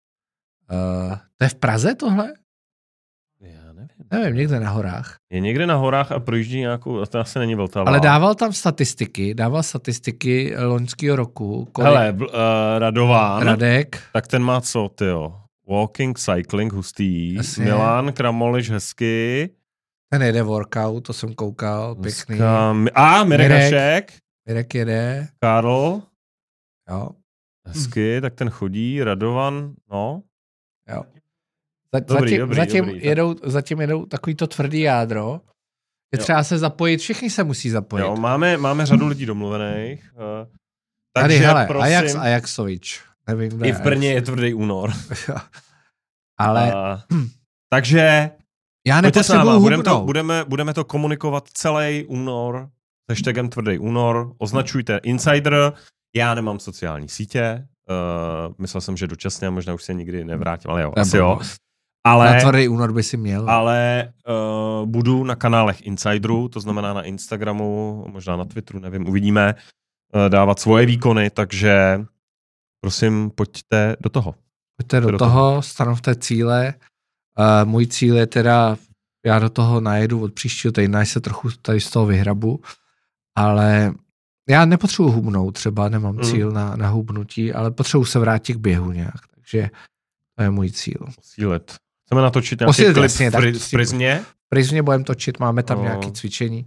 Uh, to je v Praze tohle? Já nevím. Nevím, někde na horách. Je někde na horách a projíždí nějakou, to asi není Vltava. Ale dával tam statistiky, dával statistiky loňského roku. Kolik... Hele, uh, Radován. Radek. Tak ten má co, tyjo? Walking, cycling, hustý. Jasně. Milan Kramolič, hezky. Ten jede workout, to jsem koukal, pěkný. Dneska... A, Mirek Hašek. Mirek jede. Karl. Jo. Hezky, hmm. tak ten chodí. Radovan, no. Jo. Za, dobrý, zatím, dobrý, zatím, dobrý, jedou, zatím jedou takový to tvrdý jádro. Je jo. třeba se zapojit, všichni se musí zapojit. Jo, máme, máme řadu lidí domluvených. Uh, takže Tady, hele, prosím, Ajax Ajaxovič. Nevím, i v Brně je tvrdý únor. Ale... Uh, takže... Já nepotřebuji budeme to, budeme, budeme to komunikovat celý únor s hashtagem tvrdý únor. Označujte Insider. Já nemám sociální sítě. Uh, myslel jsem, že dočasně, možná už se nikdy nevrátím, ale jo, asi jo. Ale, na tvrdý únor by si měl. Ale uh, budu na kanálech Insideru, to znamená na Instagramu, možná na Twitteru, nevím, uvidíme, uh, dávat svoje výkony, takže prosím, pojďte do toho. Pojďte do, do toho, toho, stanovte cíle. Uh, můj cíl je teda, já do toho najedu od příštího týdne, až se trochu tady z toho vyhrabu, ale já nepotřebuji hubnout, třeba nemám mm. cíl na, na hubnutí, ale potřebuji se vrátit k běhu nějak, takže to je můj cíl. Posílit. Chceme natočit nějaký Posílit, klip jasně, v, pri, v Prizmě? V Prizmě budeme točit, máme tam oh. nějaké cvičení,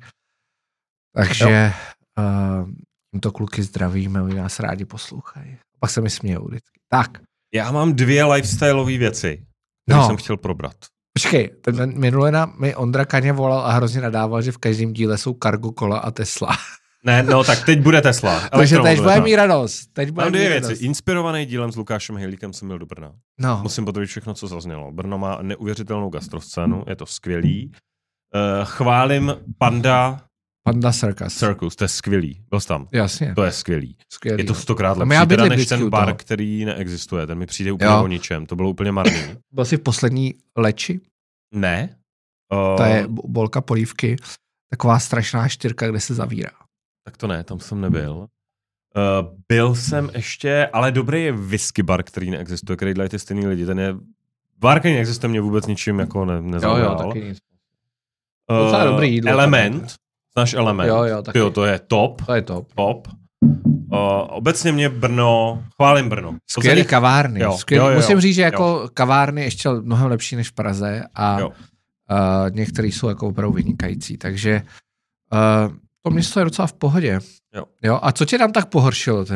takže uh, tímto kluky zdravíme, oni nás rádi poslouchají. Pak se mi smějou vždycky. Tak. Já mám dvě lifestyleové věci, které no. jsem chtěl probrat. Počkej, ten minule nám mi Ondra Kaně volal a hrozně nadával, že v každém díle jsou cargo kola a Tesla. Ne, no tak teď bude Tesla. Takže teď bude mít radost. Teď bude mám dvě radost. věci. Inspirovaný dílem s Lukášem Hejlíkem jsem byl do Brna. No. Musím potvrdit všechno, co zaznělo. Brno má neuvěřitelnou gastroscénu, je to skvělý. Uh, chválím Panda... Panda Circus. Circus, to je skvělý. Byl jsi tam. Jasně. To je skvělý. skvělý. Je to stokrát lepší teda než ten bar, toho. který neexistuje. Ten mi přijde úplně jo. o ničem. To bylo úplně marný. Byl jsi v poslední Leči? Ne. Uh... To je bolka polívky. Taková strašná štyrka, kde se zavírá. Tak to ne, tam jsem nebyl. Uh, byl jsem ještě, ale dobrý je whisky bar, který neexistuje, který dělají ty stejný lidi. Ten je, bar, který neexistuje, mě vůbec ničím jako ne, nezaujal. Jo, jo, taky nic. Uh, dobrý jídlo. Element, znáš Element? Jo, jo, taky. Jo, to je top. To je top. Top. Uh, obecně mě Brno, chválím Brno. Skvělý je... kavárny. Jo, Skvělý. jo, jo, Musím říct, že jo. jako kavárny ještě mnohem lepší než v Praze a uh, některý jsou jako opravdu vynikající. Takže uh, to město je docela v pohodě. Jo. Jo. A co tě tam tak pohoršilo teda?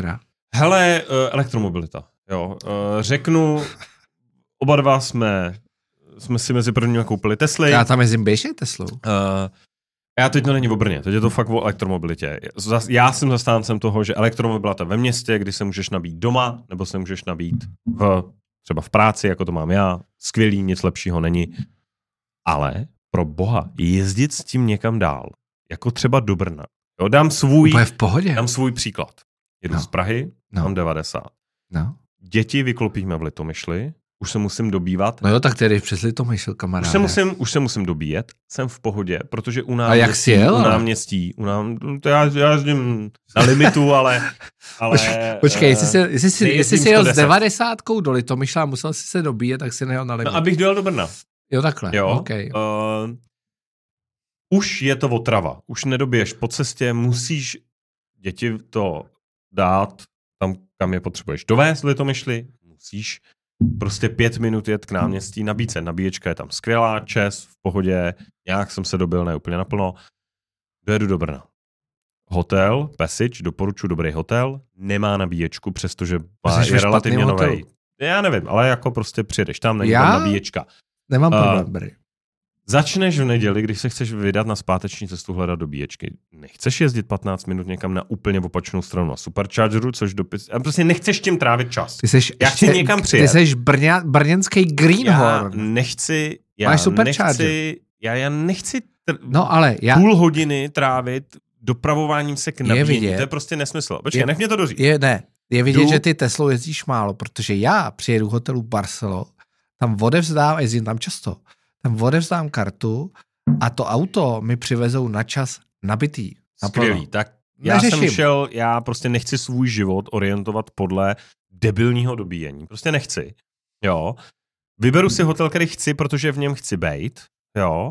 Hele, uh, elektromobilita. Jo. Uh, řeknu, oba dva jsme, jsme si mezi prvními koupili Tesly. Já tam jezdím běžně Teslou. Uh, já teď to není o Brně, teď je to fakt o elektromobilitě. Já jsem zastáncem toho, že elektromobilita ve městě, kdy se můžeš nabít doma, nebo se můžeš nabít v, třeba v práci, jako to mám já, skvělý, nic lepšího není. Ale pro boha, jezdit s tím někam dál, jako třeba do Brna. Jo, dám svůj, úplně v pohodě. Dám svůj příklad. Jedu no. z Prahy, no. mám devadesát. No. Děti vyklopíme v Litomyšli, už se musím dobývat. No jo, tak tedy přes Litomyšl, kamaráde. Už se musím, už se musím dobíjet, jsem v pohodě, protože u náměstí, a jak jsi jel, u náměstí, u nám, to já, já jezdím na limitu, ale... ale Počkej, jestli jsi, jestli jsi, jestli jsi jel s devadesátkou do Litomyšla a musel si se dobíjet, tak si nejel na limitu. No, abych dojel do Brna. Jo, takhle, jo, okay. uh, už je to otrava, už nedobiješ po cestě, musíš děti to dát tam, kam je potřebuješ dovést, Litomyšli, musíš prostě pět minut jet k náměstí, nabít se, nabíječka je tam skvělá, čes, v pohodě, nějak jsem se dobil, ne úplně naplno, dojedu do Brna. Hotel, Pesič, doporučuji dobrý hotel, nemá nabíječku, přestože má, je relativně novej. Já nevím, ale jako prostě přijedeš tam, není tam nabíječka. Nemám problém, uh, Začneš v neděli, když se chceš vydat na zpáteční cestu hledat dobíječky. Nechceš jezdit patnáct minut někam na úplně opačnou stranu na superchargeru, což dopis... A prostě nechceš tím trávit čas. Ty seš já chci ještě, někam přijet. Ty seš brňa, brněnský greenhorn. Já nechci... Já Máš supercharger. Nechci, já, já nechci tr- no, ale já... půl hodiny trávit dopravováním se k nabíjení. To je prostě nesmysl. Počkej, je, nech mě to doříct. Je, ne, je vidět, Jdu... že ty Teslou jezdíš málo, protože já přijedu hotelu Barcelo, tam odevzdám, jezdím tam často, tam odevzdám kartu a to auto mi přivezou na čas nabitý. Skvělý, tak já Neřeším. jsem šel, já prostě nechci svůj život orientovat podle debilního dobíjení. Prostě nechci. Jo. Vyberu si hotel, který chci, protože v něm chci bejt. Jo.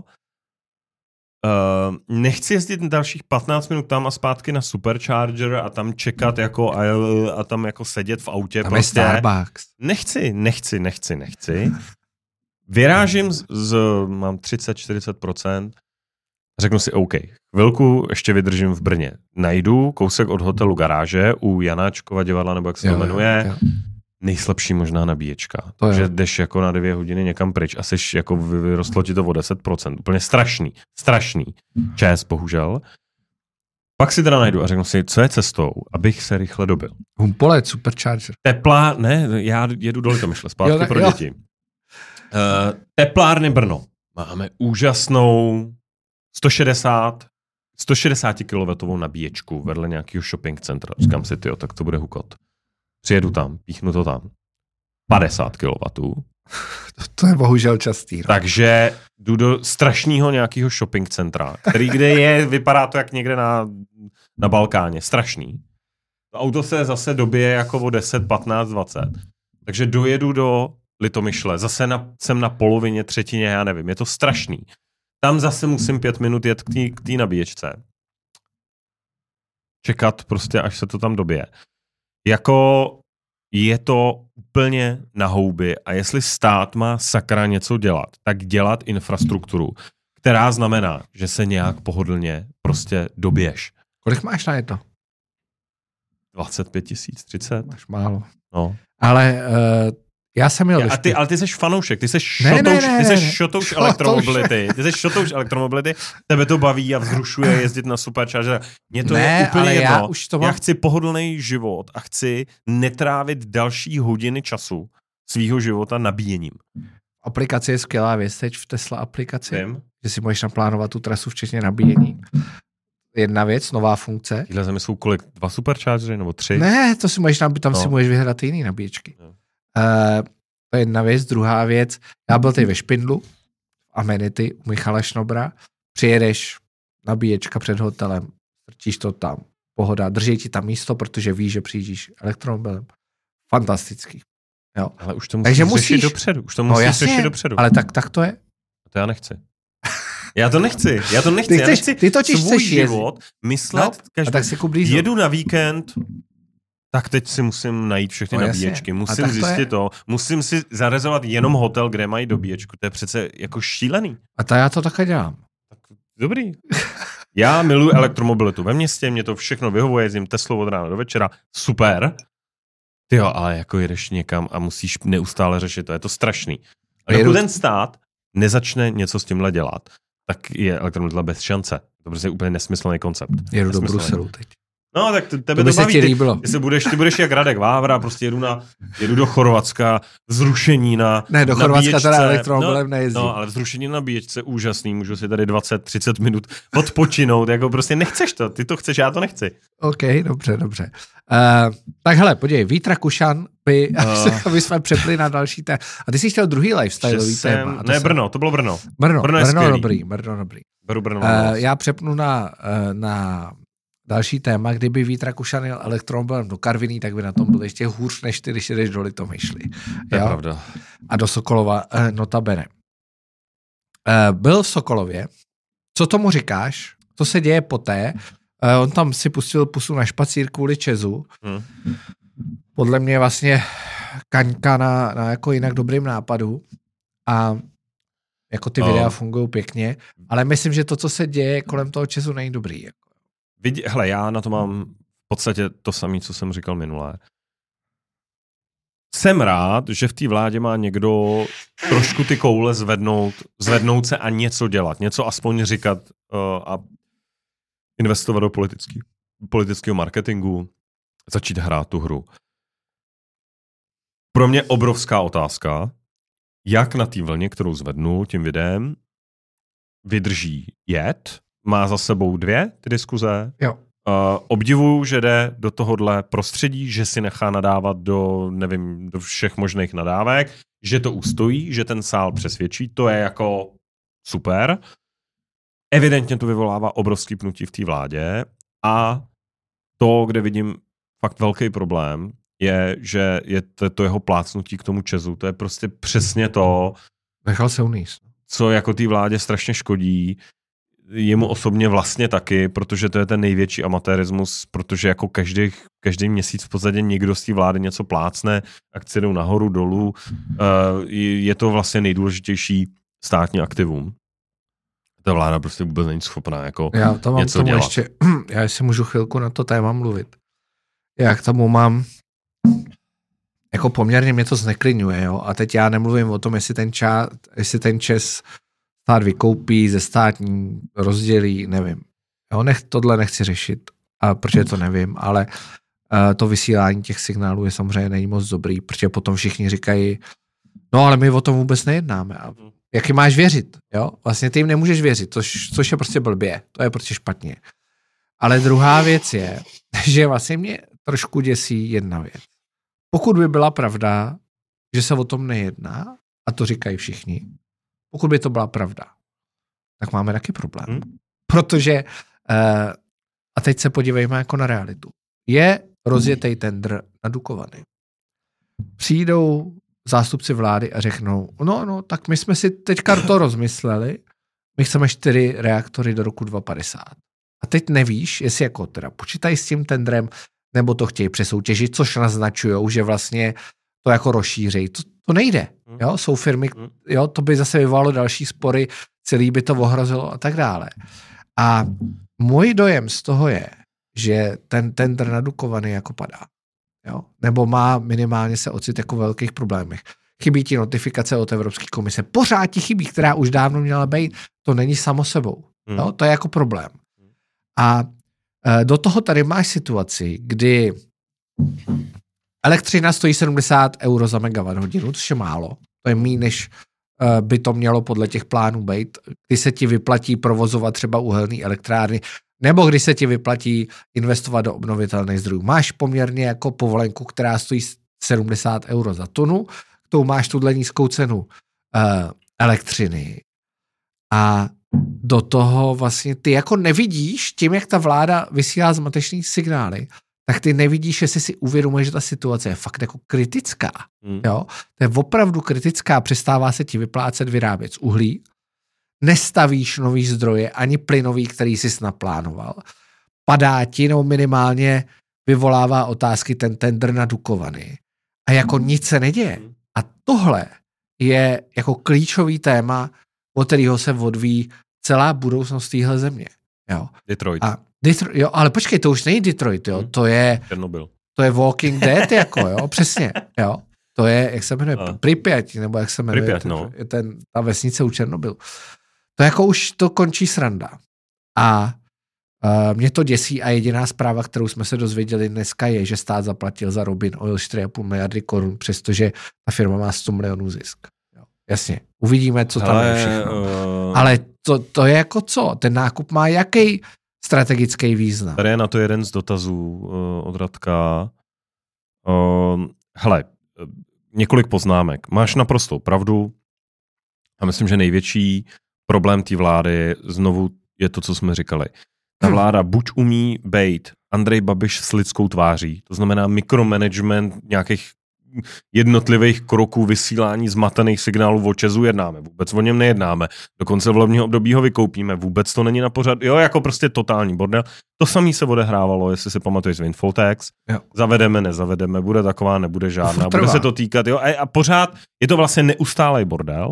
Uh, nechci jezdit dalších patnáct minut tam a zpátky na supercharger a tam čekat jako a, a tam jako sedět v autě. Tam prostě. je Starbucks. Nechci, nechci, nechci, nechci. Vyrážím z, z mám třicet až čtyřicet procent. Řeknu si OK. Chvilku ještě vydržím v Brně. Najdu kousek od hotelu garáže u Janáčkova divadla, nebo jak se to jmenuje. Jo, jo. Nejslabší možná nabíječka. To že jdeš jako na dvě hodiny někam pryč a seš jako vyrostlo ti to o deset procent. Úplně strašný. Strašný. Čes, bohužel. Pak si teda najdu a řeknu si, co je cestou, abych se rychle dobil. Humpolec, supercharger. Teplá, ne, já jedu do Litomyšle, zpátky jo, pro jo. děti. Uh, teplárny Brno. Máme úžasnou sto šedesát kilowattů nabíječku vedle nějakého shopping centra. Říkám si, tyjo, tak to bude hukot. Přijedu tam, píchnu to tam. padesát kilowattů. To je bohužel častý. No. Takže jdu do strašného nějakého shopping centra, který kde je, vypadá to jak někde na, na Balkáně. Strašný. To auto se zase dobije jako o deset, patnáct, dvacet. Takže dojedu do Litomyšle. Zase na, jsem na polovině, třetině, já nevím. Je to strašný. Tam zase musím pět minut jet k té nabíječce. Čekat prostě, až se to tam dobije. Jako je to úplně na houby a jestli stát má sakra něco dělat, tak dělat infrastrukturu, která znamená, že se nějak pohodlně prostě dobiješ. Kolik máš na je to? dvacet pět tisíc, třicet. Máš málo. No. Ale uh, já jsem měl... A ty, ale ty jsi fanoušek, ty jsi šotouš, ty jsi šotouš elektromobility, ty jsi šotouš elektromobility, tebe to baví a vzrušuje jezdit na supercharger. Mně to ne, je úplně ale jedno. Já, už to mám... já chci pohodlný život a chci netrávit další hodiny času svýho života nabíjením. Aplikace je skvělá věc teď v Tesla aplikaci, Vím. že si můžeš naplánovat tu trasu včetně nabíjení. Jedna věc, nová funkce. Tyhle zemi jsou kolik? Dva superchargery nebo tři? Ne, to si můžeš nabít, tam no. si můžeš vyhledat jiný nabíječky. No. Uh, to je jedna věc. Druhá věc, já byl tady ve Špindlu, Amenity, u Michala Šnobra, přijedeš, nabíječka před hotelem, strčíš to tam, pohoda, drží ti tam místo, protože víš, že přijíždíš elektromobilem. Fantastický. Jo. Ale už to musíš musíš... řešit dopředu. Už to musíš no, jasně, řešit dopředu. Ale tak, tak to je. To já nechci. Já to nechci. Já to nechci. Ty, chceš, já nechci ty totiž svůj chceš život myslet. No, každý, tak si jedu na víkend, tak teď si musím najít všechny no, nabíječky. Musím zjistit to, to. Musím si zarezovat jenom hotel, kde mají dobíječku. To je přece jako šílený. A to já to také dělám. Tak, dobrý. Já miluji elektromobilitu ve městě, mě to všechno vyhovuje, jezdím Teslou od rána do večera. Super. Ty jo, ale jako jedeš někam a musíš neustále řešit to, je to strašný. A pokud ten stát nezačne něco s tímhle dělat, tak je elektromobilita bez šance. To prostě je úplně nesmyslný koncept. Jedu do Bruselu teď. No, tak tebe to, to baví. Ty, ty, ty, budeš, ty budeš jak Radek Vávra, prostě jedu, na, jedu do Chorvatska, vzrušení na Ne, do Chorvatska teda elektromobilem no, nejezdím. No, ale vzrušení na nabíječce úžasný, můžu si tady dvacet třicet minut odpočinout, jako prostě nechceš to, ty to chceš, já to nechci. OK, dobře, dobře. Uh, tak hele, podívej, Vít Rakušan, by, uh, aby jsme přepli na další téma. A ty jsi chtěl druhý lifestyleový jsem, téma. Ne, jsem... Brno, to bylo Brno. Brno, Brno, Brno dobrý, Brno dobrý. Beru Brno. Uh, já přepnu na, uh, na další téma, kdyby Vít Rakušan jel elektromobilem do Karviní, tak by na tom byl ještě hůř, než ty, když jdeš do Litomyšly. To je pravda. A do Sokolova, uh, notabene. Uh, byl v Sokolově. Co tomu říkáš? Co se děje poté? Uh, on tam si pustil pusu na špacír kvůli Česu. Hmm. Podle mě vlastně kaňka na, na jako jinak dobrým nápadu. A jako ty videa oh. fungují pěkně. Ale myslím, že to, co se děje kolem toho Česu, není dobrý. Jako. Vidí, hele, já na to mám v podstatě to samé, co jsem říkal minule. Jsem rád, že v té vládě má někdo trošku ty koule zvednout, zvednout se a něco dělat. Něco aspoň říkat uh, a investovat do politický, politického marketingu, začít hrát tu hru. Pro mě obrovská otázka, jak na té vlně, kterou zvednu tím videem, vydrží jet. Má za sebou dvě ty diskuze. Jo. Uh, obdivuju, že jde do tohohle prostředí, že si nechá nadávat do, nevím, do všech možných nadávek, že to ustojí, že ten sál přesvědčí, to je jako super. Evidentně to vyvolává obrovský pnutí v té vládě a to, kde vidím fakt velký problém, je, že je to, to jeho plácnutí k tomu Česu. To je prostě přesně to, nechal se uníst. Co jako té vládě strašně škodí. Jemu osobně vlastně taky, protože to je ten největší amatérismus, protože jako každý, každý měsíc v podstatě někdo z té vlády něco plácne, akcie jdou nahoru, dolů. Je to vlastně nejdůležitější státní aktivum. Ta vláda prostě vůbec není schopná jako já to mám něco tomu dělat. Ještě, já si můžu chvilku na to téma mluvit. Já k tomu mám jako poměrně mě to zneklidňuje, jo. A teď já nemluvím o tom, jestli ten, ča, jestli ten Čes stát vykoupí, ze státní rozdělí, nevím. Jo, nech, tohle nechci řešit, a protože to nevím, ale uh, to vysílání těch signálů je samozřejmě není moc dobrý, protože potom všichni říkají, no ale my o tom vůbec nejednáme. A jak jim máš věřit? Jo? Vlastně ty jim nemůžeš věřit, což, což je prostě blbě. To je prostě špatně. Ale druhá věc je, že vlastně mě trošku děsí jedna věc. Pokud by byla pravda, že se o tom nejedná, a to říkají všichni, pokud by to byla pravda, tak máme taky problém. Hmm. Protože, uh, a teď se podívejme jako na realitu, je rozjetej tendr na Dukovany. Přijdou zástupci vlády a řeknou, no, no, tak my jsme si teďka to rozmysleli, my chceme čtyři reaktory do roku dva tisíce padesát. A teď nevíš, jestli jako teda počítají s tím tendrem, nebo to chtějí přesoutěžit, což naznačujou, že vlastně to jako rozšířejí. To, to nejde. Jo? Jsou firmy, jo, to by zase vyvolalo další spory, celý by to ohrozilo a tak dále. A můj dojem z toho je, že ten tendr na Dukovany jako padá. Jo? Nebo má minimálně se ocit jako velkých problémech. Chybí ti notifikace od Evropské komise. Pořád ti chybí, která už dávno měla být. To není samo sebou. Jo? To je jako problém. A do toho tady máš situaci, kdy elektřina stojí sedmdesát euro za megawatt hodinu, což je málo. To je méně, než by to mělo podle těch plánů být, kdy se ti vyplatí provozovat třeba uhelné elektrárny, nebo když se ti vyplatí investovat do obnovitelných zdrojů. Máš poměrně jako povolenku, která stojí sedmdesát euro za tunu, k tomu máš tuhle nízkou cenu uh, elektřiny. A do toho vlastně ty jako nevidíš, tím, jak ta vláda vysílá zmatečný signály, tak ty nevidíš, jestli si uvědomuješ, že ta situace je fakt jako kritická. Hmm. Jo? To je opravdu kritická, přestává se ti vyplácet vyrábět z uhlí, nestavíš nový zdroje, ani plynový, který jsi naplánoval. Padá ti, nebo minimálně vyvolává otázky ten tendr na Dukovany. A jako nic se neděje. A tohle je jako klíčový téma, od kterého se odvíjí celá budoucnost téhle země. Jo. Detroit. A Detroit, jo, ale počkej, to už není Detroit, jo, to je Černobyl. To je Walking Dead, jako, jo, přesně, jo. To je, jak se jmenuje, no. Pripyat, nebo jak se jmenuje, Pripyat, no. ten, ten, ta vesnice u Černobylu. To jako už to končí sranda. A uh, mě to děsí a jediná zpráva, kterou jsme se dozvěděli dneska je, že stát zaplatil za Robin Oil čtyři a půl miliardy korun, přestože ta firma má sto milionů zisk. Jo. Jasně, uvidíme, co tam Ale, je všechno. Uh... Ale to, to je jako co? Ten nákup má jaký strategický význam? Tady je na to jeden z dotazů uh, od Radka. Uh, hele, několik poznámek. Máš naprostou pravdu a myslím, že největší problém té vlády znovu je to, co jsme říkali. Ta vláda buď umí bejt Andrej Babiš s lidskou tváří, to znamená mikromanagement nějakých jednotlivých kroků, vysílání zmatených signálů o Česu jednáme. Vůbec o něm nejednáme. Do konce volebního období ho vykoupíme. Vůbec to není na pořad. Jo, jako prostě totální bordel. To samé se odehrávalo, jestli si pamatuješ z Windfall-Tax. Zavedeme, nezavedeme, bude taková, nebude žádná. Bude se to týkat. Jo, a pořád je to vlastně neustálej bordel.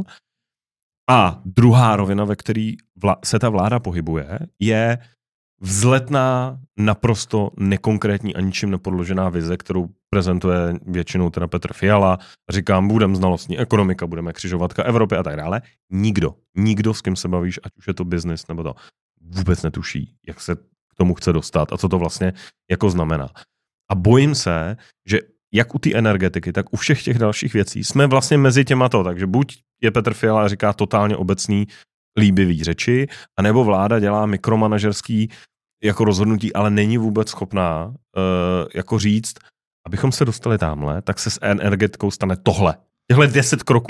A druhá rovina, ve které vla, se ta vláda pohybuje, je vzletná, naprosto nekonkrétní a ničím nepodložená vize, kterou prezentuje většinou teda Petr Fiala. Říkám, budeme znalostní ekonomika, budeme křižovatka Evropy a tak dále. Nikdo, nikdo, s kým se bavíš, ať už je to biznis nebo to, vůbec netuší, jak se k tomu chce dostat a co to vlastně jako znamená. A bojím se, že jak u té energetiky, tak u všech těch dalších věcí jsme vlastně mezi těma to, takže buď je Petr Fiala a říká totálně obecný líbivý řeči, anebo vláda dělá mikromanažerský jako rozhodnutí, ale není vůbec schopná uh, jako říct, abychom se dostali tamhle, tak se s energetikou stane tohle. Těhle deset kroků.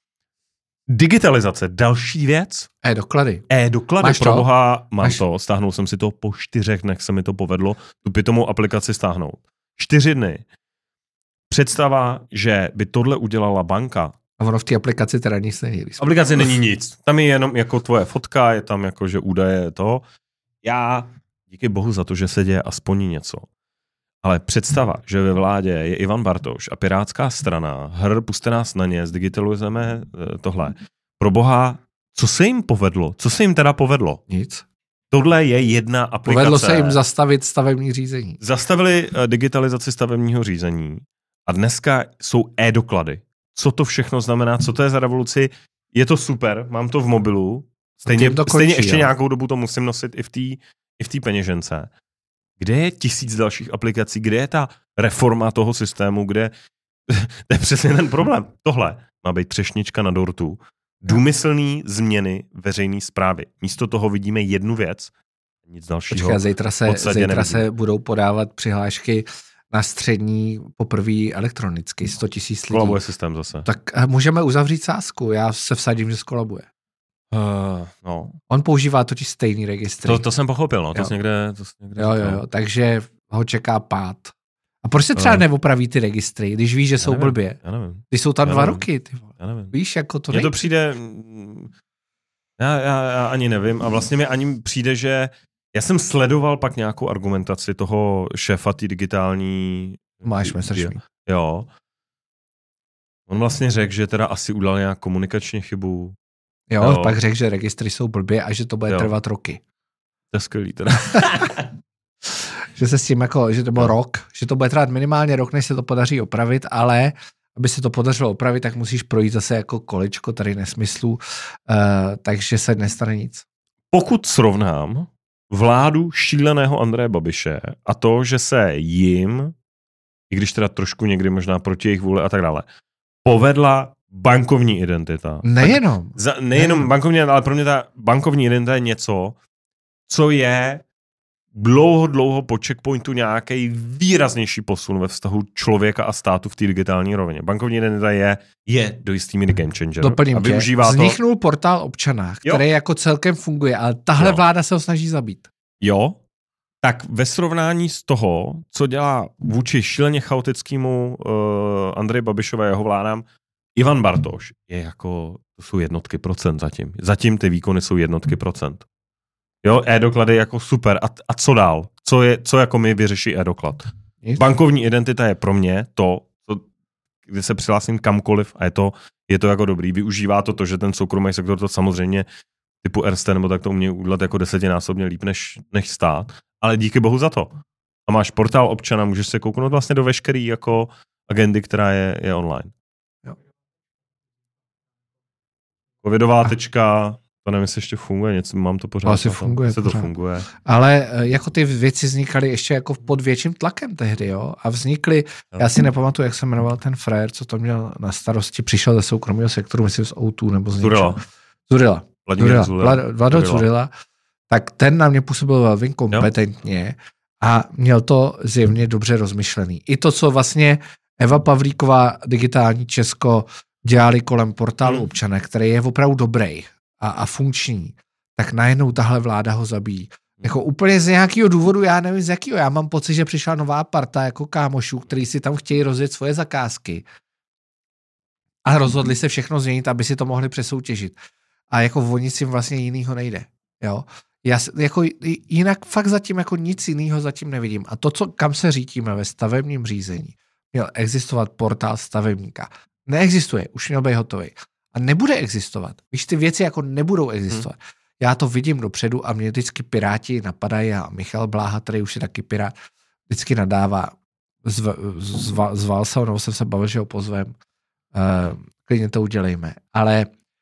Digitalizace, další věc. E-doklady. E-doklady, pro boha, mám Máš... to, stáhnul jsem si to po čtyřech dnech, se mi to povedlo, tu pitomou aplikaci stáhnout. Čtyři dny. Představa, že by tohle udělala banka. A ono v té aplikaci teda nic není. V aplikaci není nic. Tam je jenom jako tvoje fotka, je tam jako, že údaje to. Já, díky bohu za to, že se děje aspoň něco. Ale představa, že ve vládě je Ivan Bartoš a Pirátská strana, hr, puste nás na ně, zdigitalizujeme tohle. Pro boha, co se jim povedlo? Co se jim teda povedlo? Nic. Tohle je jedna aplikace. Povedlo se jim zastavit stavební řízení. Zastavili digitalizaci stavebního řízení a dneska jsou e-doklady. Co to všechno znamená, co to je za revoluci? Je to super, mám to v mobilu, stejně, to končí, stejně ještě jo. Nějakou dobu to musím nosit i v té i v té peněžence. Kde je tisíc dalších aplikací, kde je ta reforma toho systému, kde to je přesně ten problém. Tohle má být třešnička na dortu. Důmyslný změny veřejné správy. Místo toho vidíme jednu věc, nic dalšího. Počkej, zítra se, zítra se budou podávat přihlášky na střední poprvé elektronicky, sto tisíc lidí. Kolabuje systém zase. Tak můžeme uzavřít sázku, já se vsadím, že skolabuje. Uh, no. On používá totiž stejný registry. To, to jsem pochopil, no. To jsi někde, to jsi někde jo, jo, jo, takže ho čeká pád. A proč se třeba uh, neopraví ty registry, když víš, že jsou nevím, blbě? Já nevím. Ty jsou tam já dva nevím. roky. Ty já nevím. Víš, jako to Mně to přijde, já, já, já ani nevím a vlastně mi ani přijde, že já jsem sledoval pak nějakou argumentaci toho šéfa té digitální... Máš Messerschmitt. Jo. On vlastně řekl, že teda asi udělal nějak komunikačně chybu. Jo, jo. Pak řekl, že registry jsou blbě a že to bude jo. trvat roky. To je skvělý teda. Že se s tím jako, že to byl rok, že to bude trvat minimálně rok, než se to podaří opravit, ale aby se to podařilo opravit, tak musíš projít zase jako kolečko tady nesmyslů, uh, takže se nestane nic. Pokud srovnám vládu šíleného Andreje Babiše a to, že se jim, i když teda trošku někdy možná proti jejich vůli a tak dále, povedla bankovní identita. Nejenom. Za, nejenom, nejenom bankovní, ale pro mě ta bankovní identita je něco, co je dlouho, dlouho po checkpointu nějaký výraznější posun ve vztahu člověka a státu v té digitální rovině. Bankovní identita je, je do jistý míry game changer. Doplním tě, vzniknul to... portál občana, který jo. jako celkem funguje, ale tahle jo. vláda se ho snaží zabít. Jo, tak ve srovnání s toho, co dělá vůči šíleně chaotickému uh, Andrej Babišové jeho vládám, Ivan Bartoš je jako, to jsou jednotky procent zatím. Zatím ty výkony jsou jednotky procent. Jo, e-doklady jako super. A, a co dál? Co, je, co jako mi vyřeší e-doklad? Nic. Bankovní identita je pro mě to, to, kdy se přihlásím kamkoliv a je to, je to jako dobrý. Využívá to to, že ten soukromý sektor to samozřejmě typu Erste nebo tak to umí udělat jako desetinásobně líp než, než stát. Ale díky bohu za to. a máš portál občana, můžeš se kouknout vlastně do veškerý jako agendy, která je, je online. Jo. Covidová tečka, to nevím, jestli ještě funguje, něco, mám to pořád. Asi funguje. to funguje. Ale jako ty věci vznikaly ještě jako pod větším tlakem tehdy, jo, a vznikly, jo. Já si nepamatuju, jak se jmenoval ten frajer, co to měl na starosti, přišel ze soukromého sektoru, myslím z O dva nebo z Zurila. Zurila. Vladimír Zurila. Vlad, Vlado Zurila. Tak ten na mě působil velmi kompetentně jo. a měl to zjevně dobře rozmyšlený. I to, co vlastně Eva Pavlíková, Digitální Česko, dělali kolem portálu hmm. občana, který je opravdu dobrý a, a funkční, tak najednou tahle vláda ho zabíjí. Jako úplně z nějakého důvodu, já nevím z jakého, já mám pocit, že přišla nová parta jako kámošů, který si tam chtějí rozjet svoje zakázky a rozhodli se všechno změnit, aby si to mohli přesoutěžit. A jako o nic jim vlastně jinýho nejde. Jo? Já jako jinak fakt zatím jako nic jiného zatím nevidím. A to, co, kam se řítíme ve stavebním řízení, měl existovat portál stavebníka. Neexistuje, už měl být hotový. A nebude existovat. Víš, ty věci jako nebudou existovat. Hmm. Já to vidím dopředu a mě vždycky Piráti napadají a Michal Bláha, který už je taky Pirát, vždycky nadává. Zv, zval, zval se, nebo jsem se bavil, že ho pozvem. Uh, klidně to udělejme. Ale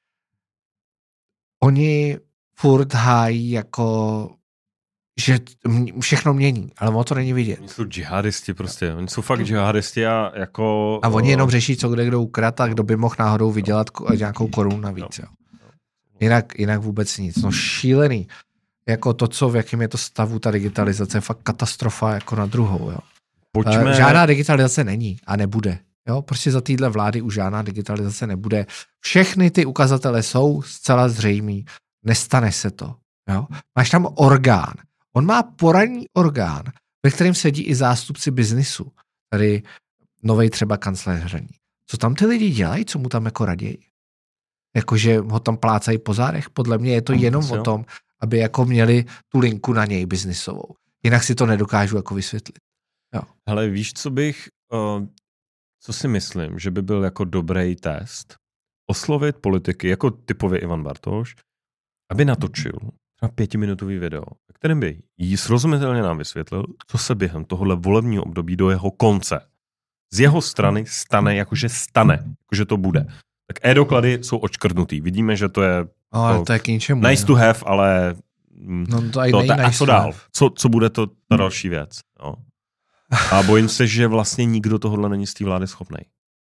oni furt hájí jako, že všechno mění, ale ono to není vidět. Oni jsou džihadisti prostě, oni jsou fakt džihadisti a jako... A oni jenom řeší, co kde kdo ukrat a kdo by mohl náhodou vydělat nějakou korunu navíc. Jo. Jinak, jinak vůbec nic. No šílený. Jako to, co v jakém je to stavu, ta digitalizace je fakt katastrofa jako na druhou. Jo. Pojďme... Žádná digitalizace není a nebude. Jo, prostě za téhle vlády už žádná digitalizace nebude. Všechny ty ukazatele jsou zcela zřejmý. Nestane se to. Jo? Máš tam orgán. On má poradní orgán, ve kterém sedí i zástupci biznisu. Tady novej třeba kancléř Hraní. Co tam ty lidi dělají, co mu tam jako raději? Jakože ho tam plácají po zádech. Podle mě je to jenom o tom, aby jako měli tu linku na něj biznisovou. Jinak si to nedokážu jako vysvětlit. Jo. Hele, víš, co bych, uh, co si myslím, že by byl jako dobrý test? Oslovit politiky, jako typově Ivan Bartoš, aby natočil třeba pětiminutový video, kterým by jí srozumitelně nám vysvětlil, co se během tohohle volebního období do jeho konce z jeho strany stane, jakože stane, jakože to bude. Tak e-doklady jsou odškrtnutý. Vidíme, že to je, ale to, to je k ničemu. Nice to have, ale no, to, to, to a co dál? Co, co bude to ta další věc? Jo. A bojím se, že vlastně nikdo tohohle není z té vlády schopnej.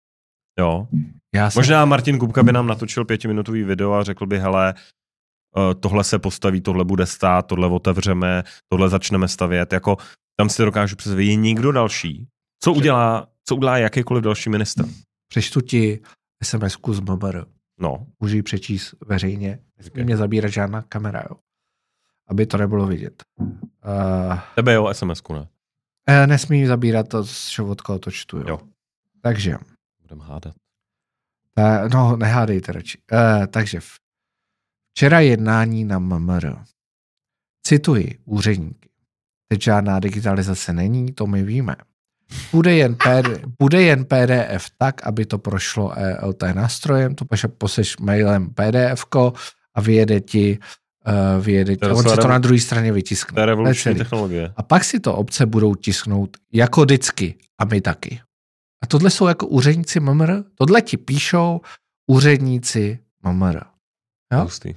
Jo. Já jsem... Možná Martin Kupka by nám natočil pětiminutový video a řekl by, hele, tohle se postaví, tohle bude stát, tohle otevřeme, tohle začneme stavět. Jako, tam si dokážu představit, je někdo další. Co udělá, co udělá jakýkoliv další ministr? Přečtu ti es em esku z M M R. No. Můžu ji přečíst veřejně. Nesmí mě zabírat žádná kamera, jo. Aby to nebylo vidět. Uh, Tebe jo, es em esku, ne? Uh, nesmí zabírat to, od koho to čtu, jo. jo. Takže. Budem hádat. Uh, no, nehádejte radši. Uh, takže včera jednání na M M R. Cituji úředníky. Teď žádná digitalizace není, to my víme. Bude jen, P D, bude jen P D F tak, aby to prošlo E L T nástrojem, to poseš mailem P D F ko a vyjede ti, uh, vyjede ti, on si to na druhé straně vytiskne. To je revoluční technologie. A pak si to obce budou tisknout jako vždycky a my taky. A tohle jsou jako úředníci M M R? Tohle ti píšou úředníci M M R. Jo? Hustý.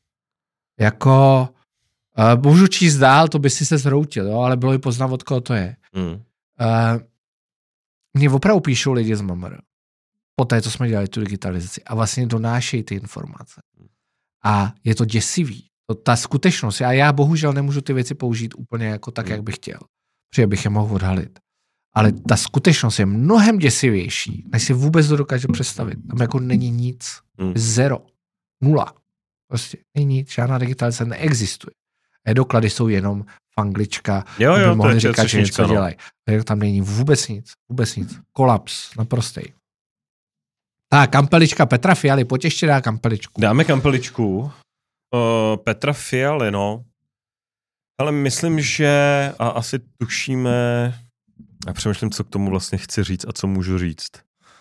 Jako, uh, můžu číst dál, to by si se zhroutil, jo? Ale bylo i poznat, od koho to je. Hmm. Uh, mě opravdu píšou lidi z M M R. Po té, co jsme dělali tu digitalizaci. A vlastně donášejí ty informace. A je to děsivý. To, ta skutečnost. A já bohužel nemůžu ty věci použít úplně jako tak, hmm. jak bych chtěl. Protože bych je mohl odhalit. Ale ta skutečnost je mnohem děsivější, než si vůbec to dokáže představit. Tam jako není nic. Hmm. Zero. Nula. Prostě není nic. Žádná digitalizace neexistuje. E-doklady jsou jenom fanglička, jo, jo, aby mohli je říkat, že něco no. dělají. Tam není vůbec nic. Vůbec nic. Kolaps. Naprostej. Tak, kampelička Petra Fialy. Pojď ještě dá kampeličku. Dáme kampeličku. Uh, Petra Fialy, no. Ale myslím, že a asi tušíme, já přemýšlím, co k tomu vlastně chci říct a co můžu říct.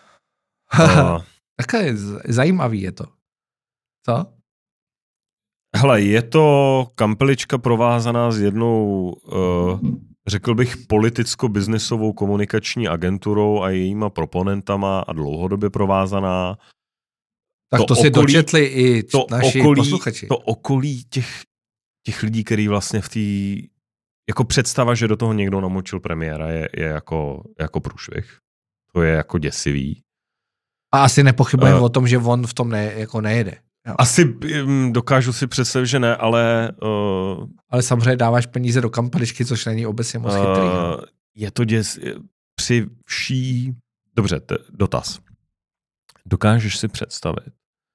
Uh, Takhle zajímavý je to. Co? Hele, je to kampelička provázaná s jednou uh, řekl bych, politicko-biznisovou komunikační agenturou a jejíma proponentama a dlouhodobě provázaná. Tak to, to si okolí, dočetli i to naši okolí, posluchači. To okolí těch, těch lidí, který vlastně v té, jako představa, že do toho někdo namočil premiéra, je, je jako, jako průšvih. To je jako děsivý. A asi nepochybujeme uh, o tom, že on v tom ne, jako nejede. Jo. Asi um, dokážu si představit, že ne, ale... Uh, ale samozřejmě dáváš peníze do kampaničky, což není obecně moc chytrý. Uh, je to děs... Při vší... Dobře, t- dotaz. Dokážeš si představit,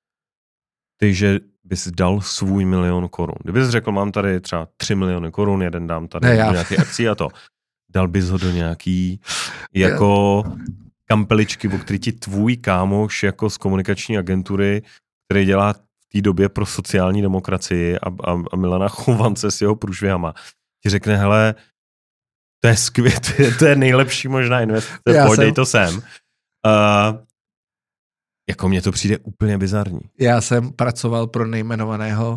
ty, že bys dal svůj milion korun. Kdybys řekl, mám tady třeba tři miliony korun, jeden dám tady ne, do nějaké akcí a to. Dal bys ho do nějaký jako kampeličky, o který ti tvůj kámoš jako z komunikační agentury, který dělá v té době pro sociální demokracii a, a, a Milana Chovance s jeho průšvihama, ti řekne, hele, to je skvělé, to je, to je nejlepší možná investice, pojď, dej to sem. Uh, Jako mně to přijde úplně bizarní. Já jsem pracoval pro nejmenovaného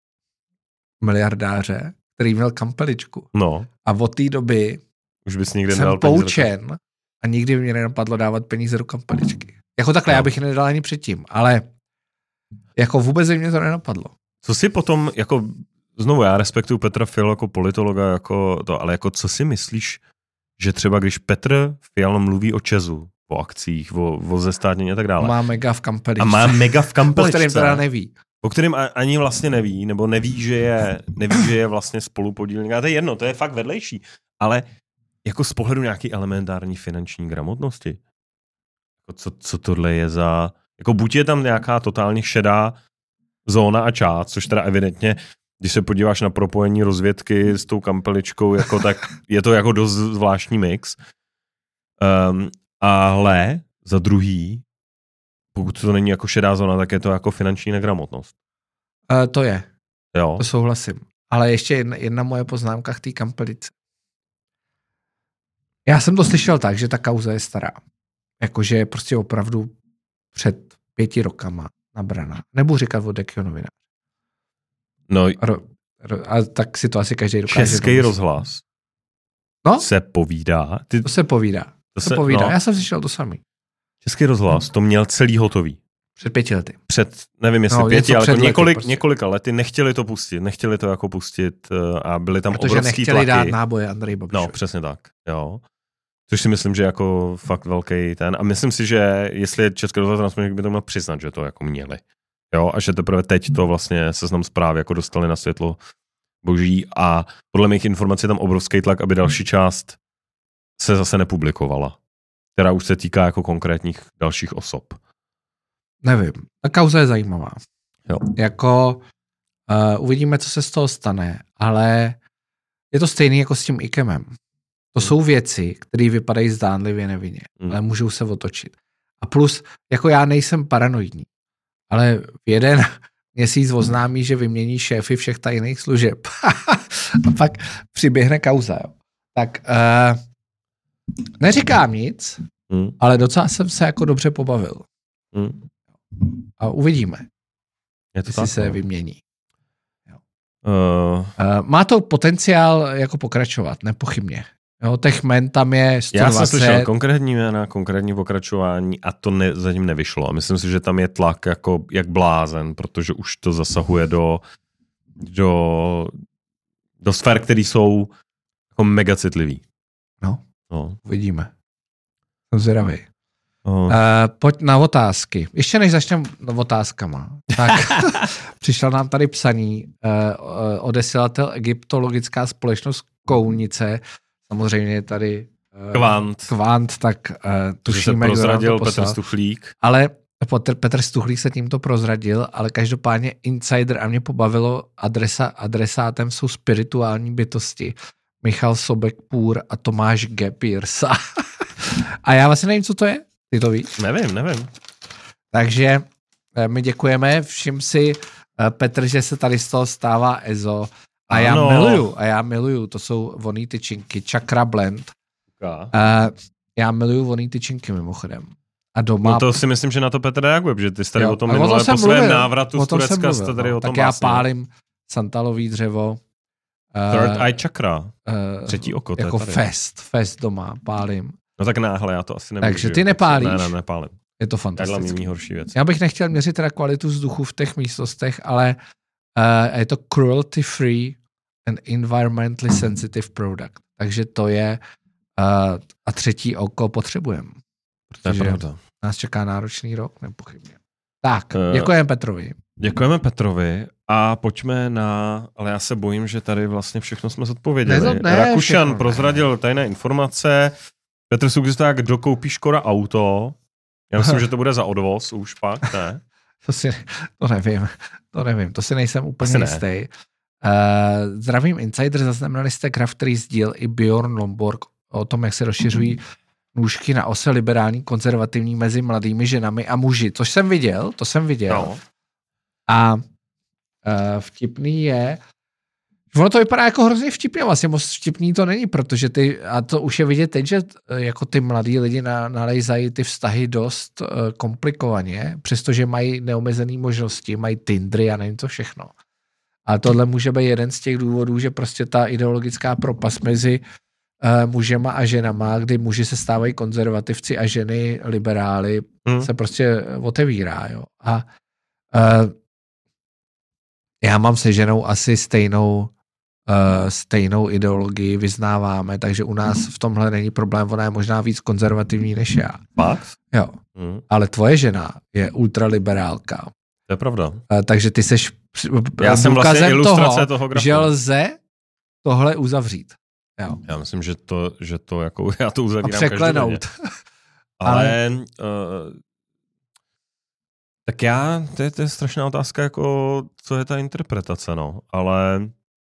miliardáře, který měl kampeličku. No. A od té doby už bys nikdy jsem poučen a nikdy mě nenapadlo dávat peníze do kampeličky. Jako takhle, no. Já bych je nedal ani předtím, ale jako vůbec mě to nenapadlo. Co si potom, jako znovu já respektuju Petra Fialu jako politologa, jako to, ale jako co si myslíš, že třeba když Petr Fiala mluví o Česu, o akcích, o, o zestátnění a tak dále. Má mega v kampeličce. A má mega v kampeličce. O kterým teda neví. O kterým ani vlastně neví, nebo neví, že je, neví, že je vlastně spolupodílník. A to je jedno, to je fakt vedlejší. Ale jako z pohledu nějaký elementární finanční gramotnosti. Jako co, co tohle je za... Jako buď je tam nějaká totálně šedá zóna a část, což teda evidentně, když se podíváš na propojení rozvědky s tou kampeličkou, jako tak je to jako dost zvláštní mix. Um, Ale za druhý, pokud to není jako šedá zóna, tak je to jako finanční negramotnost. Uh, to je. Jo. To souhlasím. Ale ještě jedna, jedna moje poznámka k té kampelice. Já jsem to slyšel tak, že ta kauza je stará. Jakože je prostě opravdu před pěti rokama nabraná. Nebudu říkat o Dekio novinář. No, ro, ro, a tak si to asi každý dokáže. Český rozhlas no? se povídá. Ty, to se povídá. To se povídá. No. Já jsem slyšel to samý. Český rozhlas to měl celý hotový. Před pěti lety. Před, nevím jestli no, pěti, ale lety, několik, prostě. několika lety nechtěli to pustit. Nechtěli to jako pustit a byly tam protože obrovský tlaky. Protože nechtěli dát tlaky. náboje Andrej Babišovi. No, přesně tak. Jo. Což si myslím, že jako fakt velký ten. A myslím si, že jestli je Český rozhlas transparentní, by to měl přiznat, že to jako měli. Jo, a že teprve teď to vlastně Seznam Zpráv jako dostali na světlo boží a podle mých informací je tam obrovský tlak, aby další část se zase nepublikovala, která už se týká jako konkrétních dalších osob. Nevím. Ta kauza je zajímavá. Jo. Jako uh, uvidíme, co se z toho stane, ale je to stejný jako s tím IKEMem. To hmm. jsou věci, které vypadají zdánlivě nevinně, hmm. ale můžou se otočit. A plus, jako já nejsem paranoidní, ale v jeden měsíc oznámí, že vymění šéfy všech tajných služeb. A pak přiběhne kauza. Jo. Tak uh, neříkám nic, hmm. ale docela jsem se jako dobře pobavil. Hmm. A uvidíme, je to jestli tak, se no. vymění. Jo. Uh. Uh, má to potenciál jako pokračovat, nepochybně. Jo, těch men tam je sto dvacet. Já jsem slyšel konkrétní jména, konkrétní pokračování a to ne, zatím nevyšlo. A myslím si, že tam je tlak jako jak blázen, protože už to zasahuje do, do, do sfér, které jsou jako mega citlivý. No, no. Uvidíme. Jsem zvědavý. Oh. Uh, pojď na otázky. Ještě než začneme otázkama, tak přišel nám tady psaní uh, odesilatel egyptologická společnost Kounice. Samozřejmě je tady uh, Kvant. Kvant, tak uh, tušíme, kdo nám to poslal. Petr Stuchlík. Ale Petr, Petr Stuchlík se tímto prozradil, ale každopádně insider a mě pobavilo, adresa, adresátem jsou spirituální bytosti. Michal Sobek-Půr a Tomáš G. Pierce. A já vlastně nevím, co to je. Ty to víš? Nevím, nevím. Takže my děkujeme. Všim si, Petr, že se tady z toho stává Ezo. A já ano. miluju, a já miluju, to jsou voný tyčinky, Chakra Blend. Okay. A já miluju voný tyčinky mimochodem. A doma... No to si myslím, že na to Petr reaguje, protože ty jsi tady jo, o tom minulé po svém návratu o z Turecka jste tady no. o tom Tak já básně. pálím santalový dřevo Third eye chakra. Uh, Třetí oko. Jako fest, fest doma, pálím. No tak náhle, já to asi nemůžu. Takže ty nepálíš? Ne, ne, nepálím. Je to fantastické. Takhle horší věc. Já bych nechtěl měřit teda kvalitu vzduchu v těch místnostech, ale uh, je to cruelty free and environmentally sensitive product. Takže to je uh, a třetí oko potřebujeme. Protože nás čeká náročný rok, nepochybně. Tak, uh, děkujeme Petrovi. Děkujeme Petrovi a pojďme na, ale já se bojím, že tady vlastně všechno jsme zodpověděli. Ne, ne, Rakušan všechno, prozradil ne. tajné informace. Petr Sugista, jak dokoupí Škoda auto. Já myslím, že to bude za odvoz už pak, ne? To si, to nevím, to nevím, to si nejsem úplně jistý. Ne. Uh, zdravím Insider, zaznamenali jste graf, který sdíl i Bjorn Lomborg o tom, jak se rozšiřují nůžky na ose liberální konzervativní mezi mladými ženami a muži, což jsem viděl, to jsem viděl. No. A uh, vtipný je, ono to vypadá jako hrozně vtipně, vlastně moc vtipný to není, protože ty, a to už je vidět teď, že jako ty mladí lidi na, nalejzají ty vztahy dost uh, komplikovaně, přestože mají neomezené možnosti, mají Tindry a nevím co všechno. A tohle může být jeden z těch důvodů, že prostě ta ideologická propast mezi uh, mužema a ženama, kdy muži se stávají konzervativci a ženy liberály, hmm. se prostě otevírá. Jo. A uh, já mám se ženou asi stejnou, uh, stejnou ideologii, vyznáváme, takže u nás v tomhle není problém, ona je možná víc konzervativní než já. Max? Jo, hmm. ale tvoje žena je ultraliberálka. To je pravda. Uh, takže ty seš já jsem vlastně ilustrace toho, toho grafu. Že lze tohle uzavřít. Jo. Já myslím, že to, že to jako, já to uzavírám překlenout. Ale uh, tak já, to je, to je strašná otázka, jako, co je ta interpretace, no, ale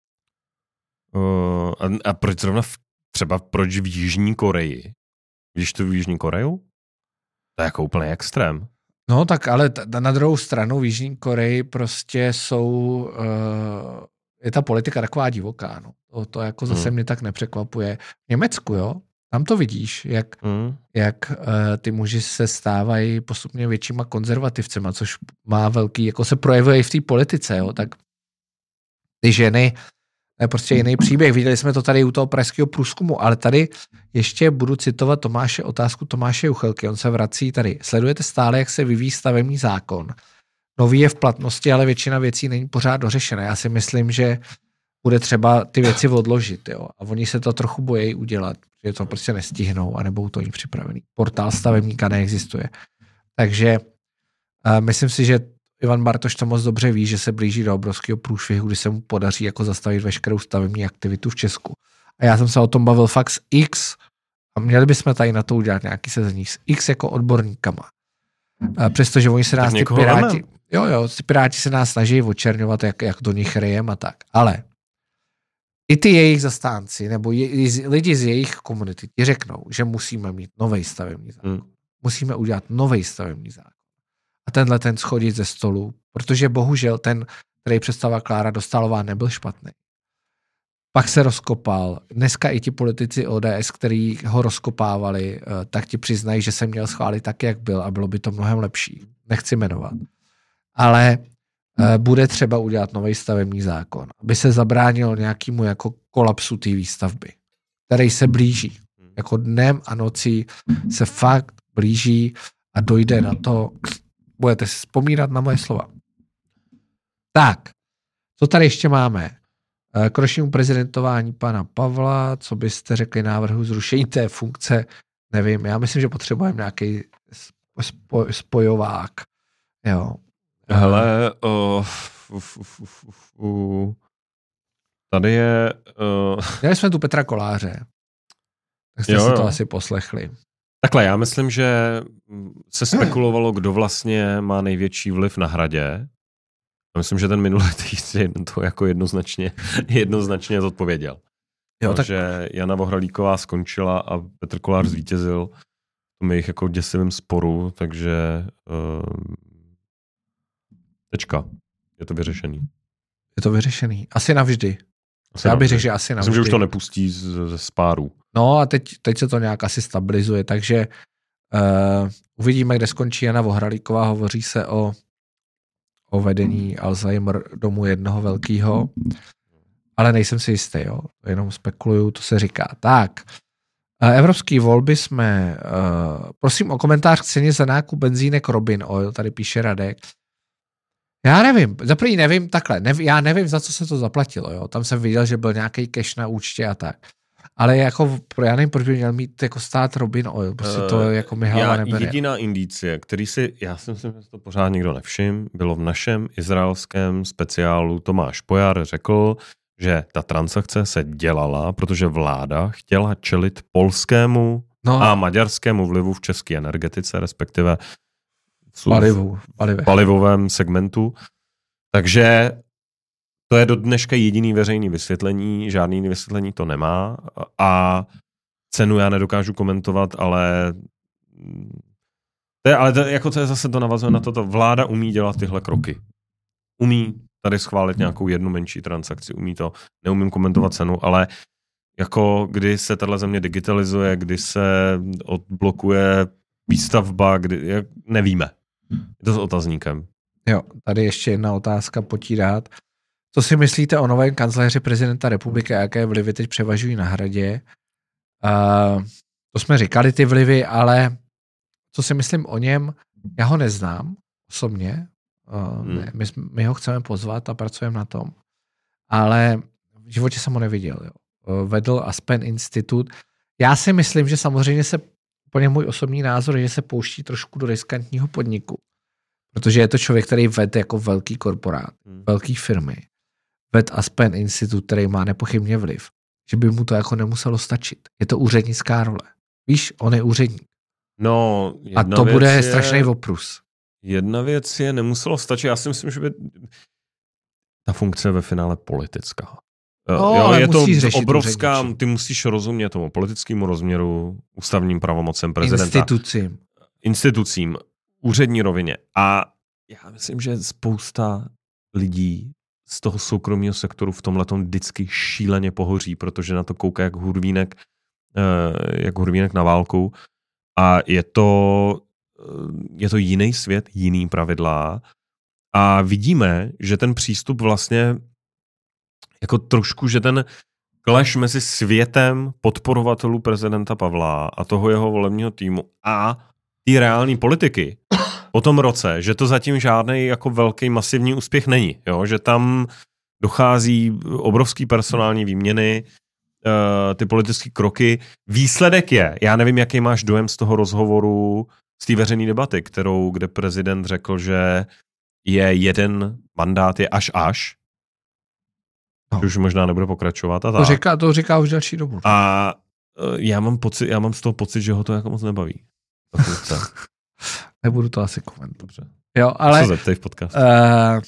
uh, a, a proč zrovna v, třeba proč v Jižní Koreji? Víš to v Jižní Koreju? To je jako úplně extrém. No tak ale t- na druhou stranu v Jižní Koreji prostě jsou, uh, je ta politika taková divoká, no. To, to jako zase hmm. mě tak nepřekvapuje. V Německu, jo, tam to vidíš, jak, hmm. jak uh, ty muži se stávají postupně většíma konzervativcema, což má velký, jako se projevuje i v té politice, jo, tak ty ženy, to je prostě jiný příběh. Viděli jsme to tady u toho pražského průzkumu, ale tady ještě budu citovat Tomáše, otázku Tomáše Juchelky. On se vrací tady. Sledujete stále, jak se vyvíjí stavební zákon. Nový je v platnosti, ale většina věcí není pořád dořešena. Já si myslím, že bude třeba ty věci odložit. Jo? A oni se to trochu bojí udělat, že to prostě nestihnou a nebudou to jim připravený. Portál stavebníka neexistuje. Takže uh, myslím si, že Ivan Bartoš to moc dobře ví, že se blíží do obrovského průšvihu, kdy se mu podaří jako zastavit veškerou stavební aktivitu v Česku. A já jsem se o tom bavil fakt s X a měli bychom tady na to udělat nějaký sezení s X jako odborníkama. A přestože oni se nás ty piráti, jo, jo, ty piráti se nás snaží očerňovat, jak, jak do nich ryjem a tak. Ale i ty jejich zastánci nebo je, lidi z jejich komunity ti řeknou, že musíme mít novej stavební zákon. Hmm. Musíme udělat novej stavební zákon. A tenhle ten schodit ze stolu, protože bohužel ten, který představila Klára Dostálová, nebyl špatný. Pak se rozkopal. Dneska i ti politici O D S, který ho rozkopávali, tak ti přiznají, že se měl schválit tak, jak byl a bylo by to mnohem lepší. Nechci jmenovat. Ale bude třeba udělat nový stavební zákon, aby se zabránilo nějakému jako kolapsu té výstavby, který se blíží. Jako dnem a nocí se fakt blíží a dojde na to, budete si vzpomínat na moje slova. Tak, co tady ještě máme? K ročnímu prezidentování pana Pavla, co byste řekli návrhu zrušení té funkce? Nevím, já myslím, že potřebujeme nějaký spoj, spojovák. Jo. Hele, uh, uh, uh, uh, uh, tady je... Uh... Měli jsme tu Petra Koláře, tak jste jo, si to jo. asi poslechli. Takhle, já myslím, že se spekulovalo, kdo vlastně má největší vliv na Hradě. Myslím, že ten minulý týden to jako jednoznačně, jednoznačně zodpověděl. Jo, tak... Že Jana Vohralíková skončila a Petr Kolář zvítězil v tom jejich jako děsivém sporu, takže uh, tečka. Je to vyřešený. Je to vyřešený. Asi navždy. Asi Já bych řekl, že asi navždy. Myslím, že už to nepustí z, ze spáru. No a teď, teď se to nějak asi stabilizuje, takže uh, uvidíme, kde skončí Jana Vohralíková. Hovoří se o, o vedení Alzheimer domu jednoho velkého, ale nejsem si jistý, jo. Jenom spekuluju, to se říká. Tak, evropské volby jsme, uh, prosím o komentář k ceně za nákup benzínek Robin Oil, tady píše Radek. Já nevím, za první nevím, takhle, nev, já nevím, za co se to zaplatilo, jo. Tam jsem viděl, že byl nějaký cash na účtě a tak. Ale jako, já nevím, proč by měl mít jako stát Robin Oil, prostě to jako mi hlava nebere. Jediná indicie, který si, já si myslím, že to pořád nikdo nevšiml, bylo v našem izraelském speciálu Tomáš Pojar řekl, že ta transakce se dělala, protože vláda chtěla čelit polskému no. a maďarskému vlivu v české energetice, respektive v Palivu, palivovém segmentu. Takže to je do dneška jediný veřejný vysvětlení, žádný jiný vysvětlení to nemá a cenu já nedokážu komentovat, ale to je, ale to, jako to je zase to navazuje na toto. Vláda umí dělat tyhle kroky. Umí tady schválit nějakou jednu menší transakci, umí to, neumím komentovat cenu, ale jako kdy se tato země digitalizuje, kdy se odblokuje výstavba, kdy, jak, nevíme. Je to s otazníkem. Jo, tady ještě jedna otázka potírat. Co si myslíte o novém kancléři prezidenta republiky a jaké vlivy teď převažují na Hradě? Uh, to jsme říkali ty vlivy, ale co si myslím o něm, já ho neznám osobně. Uh, hmm. my, my ho chceme pozvat a pracujeme na tom. Ale v životě jsem ho neviděl. Jo. Uh, vedl Aspen Institut. Já si myslím, že samozřejmě se, úplně můj osobní názor je, že se pouští trošku do riskantního podniku. Protože je to člověk, který vede jako velký korporát, hmm. velký firmy. Ved Aspen Institut, který má nepochybně vliv. Že by mu to jako nemuselo stačit. Je to úřednická role. Víš, on je úředník. No, a to bude je, strašný oprus. Jedna věc je, nemuselo stačit. Já si myslím, že by ta funkce je ve finále politická. No, jo, je to obrovská, úředničí. Ty musíš rozumět tomu politickému rozměru, ústavním pravomocem prezidenta. Institucím. Institucím, úřední rovině. A já myslím, že spousta lidí z toho soukromého sektoru v tomhletom vždycky šíleně pohoří, protože na to kouká jak hurvínek, jak hurvínek na válku. A je to, je to jiný svět, jiný pravidla. A vidíme, že ten přístup vlastně jako trošku, že ten clash mezi světem podporovatelů prezidenta Pavla a toho jeho volebního týmu a té reální politiky po tom roce, že to zatím žádný jako velký masivní úspěch není. Jo? Že tam dochází obrovský personální výměny, uh, ty politické kroky. Výsledek je, já nevím, jaký máš dojem z toho rozhovoru, z té veřejné debaty, kterou, kde prezident řekl, že je jeden mandát, je až až. No. Už možná nebude pokračovat. A to, říká, to říká už další dobu. A uh, já mám pocit, já mám z toho pocit, že ho to jako moc nebaví. Nebudu to asi komentovat. Dobře. Jo, ale... Co zeptej v podcastu. Uh,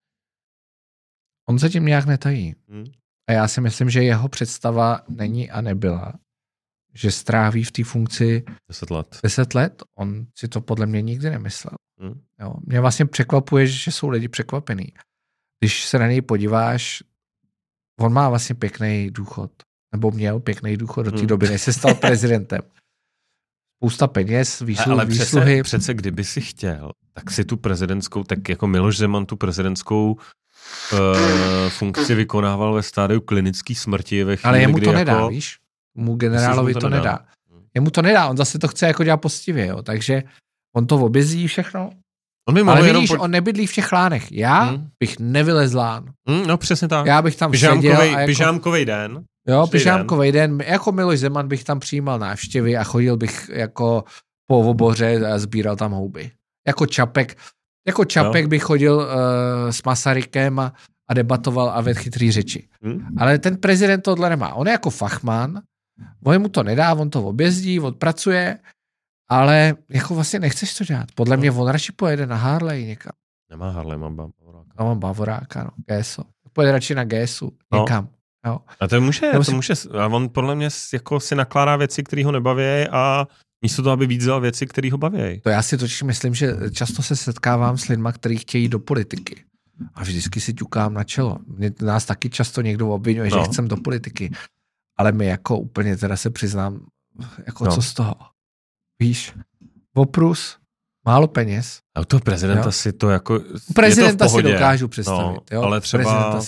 on se tím nějak netají. Hmm. A já si myslím, že jeho představa není a nebyla, že stráví v té funkci deset let. deset let. On si to podle mě nikdy nemyslel. Hmm. Jo. Mě vlastně překvapuje, že jsou lidi překvapení. Když se na něj podíváš, on má vlastně pěkný důchod. Nebo měl pěkný důchod do té hmm. doby, než se stal prezidentem. Spousta peněz, výsluhy. Ale přece, přece kdyby si chtěl, tak si tu prezidentskou, tak jako Miloš Zeman tu prezidentskou uh, funkci vykonával ve stádiu klinické smrti. Ve chvíli, ale jemu kdy to jako... nedá, víš? Mu generálovi to, to nedá. nedá. Jemu to nedá, on zase to chce jako dělat poctivě, jo. Takže on to objezdí všechno. On ale vidíš, po... on nebydlí v těch lánech. Já hmm. bych nevylez lán. Hmm, no přesně tak. Já bych tam Pyžámkovej, seděl. Jako... Pyžámkovej den. Jo, pyžámkovej den. Jako Miloš Zeman bych tam přijímal návštěvy a chodil bych jako po oboře a sbíral tam houby. Jako Čapek. Jako Čapek jo. bych chodil uh, s Masarykem a, a debatoval a vedl chytrý řeči. Hmm. Ale ten prezident tohle nemá. On je jako fachman, on mu to nedá, on to objezdí, odpracuje, ale jako vlastně nechceš to dělat. Podle mě on radši pojede na Harley někam. Nemá Harley, mám Bavoráka. No, mám Bavoráka, no, G S O. Pojede radši na G S U někam. No. Jo. A to může, to si... může, a on podle mě jako si nakládá věci, které ho nebaví a místo toho, aby víc vzal věci, které ho baví. To já si totiž myslím, že často se setkávám s lidma, kteří chtějí do politiky. A vždycky si ťukám na čelo. Mě, nás taky často někdo obviňuje, no. že chcem do politiky. Ale my jako úplně teda se přiznám, jako no. co z toho. Víš, oprus, málo peněz. A u toho prezidenta jo? si to jako prezidenta je to v pohodě, si dokážu představit. no, jo? Ale třeba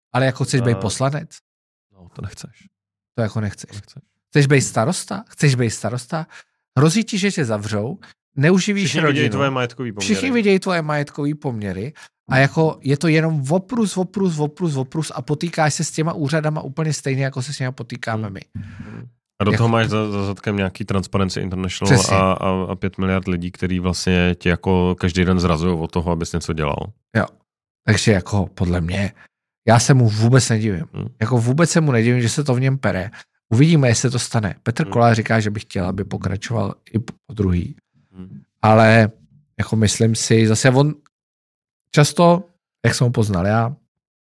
Ale jako chceš být poslanec? No, to nechceš. To jako nechceš. nechceš. Chceš být starosta? Chceš být starosta? Hrozí ti, že tě zavřou, neuživíš Všichni rodinu. Vidějí tvoje majetkový poměry. Všichni vidějí tvoje majetkový poměry a jako je to jenom voprus, voprus, voprus, voprus a potýkáš se s těma úřadama úplně stejně, jako se s těma potýkáme my. A do jako... toho máš za, za zadkem nějaký Transparency International a, a, a pět miliard lidí, který vlastně tě jako každý den zrazují od toho, abys něco dělal. Jo, takže jako podle mě, já se mu vůbec nedivím. Hmm. Jako vůbec se mu nedivím, že se to v něm pere. Uvidíme, jestli to stane. Petr hmm. Kolář říká, že by chtěl, aby pokračoval i po druhý. Hmm. Ale jako myslím si, zase on často, jak jsem ho poznal já,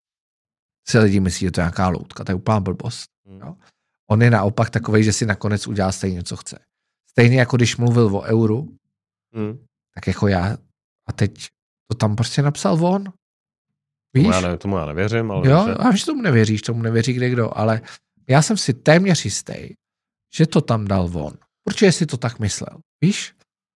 si lidi myslí, že to je nějaká loutka, to je úplná blbost. Hmm. Jo? On je naopak takovej, že si nakonec udělá stejně, co chce. Stejně jako když mluvil o euru, hmm. tak jako já, a teď to tam prostě napsal on. Víš? Tomu já, ne, tomu já nevěřím. Ale jo, a že tomu nevěříš, tomu nevěří kdekdo, ale já jsem si téměř jistý, že to tam dal on. Určitě si to tak myslel, víš?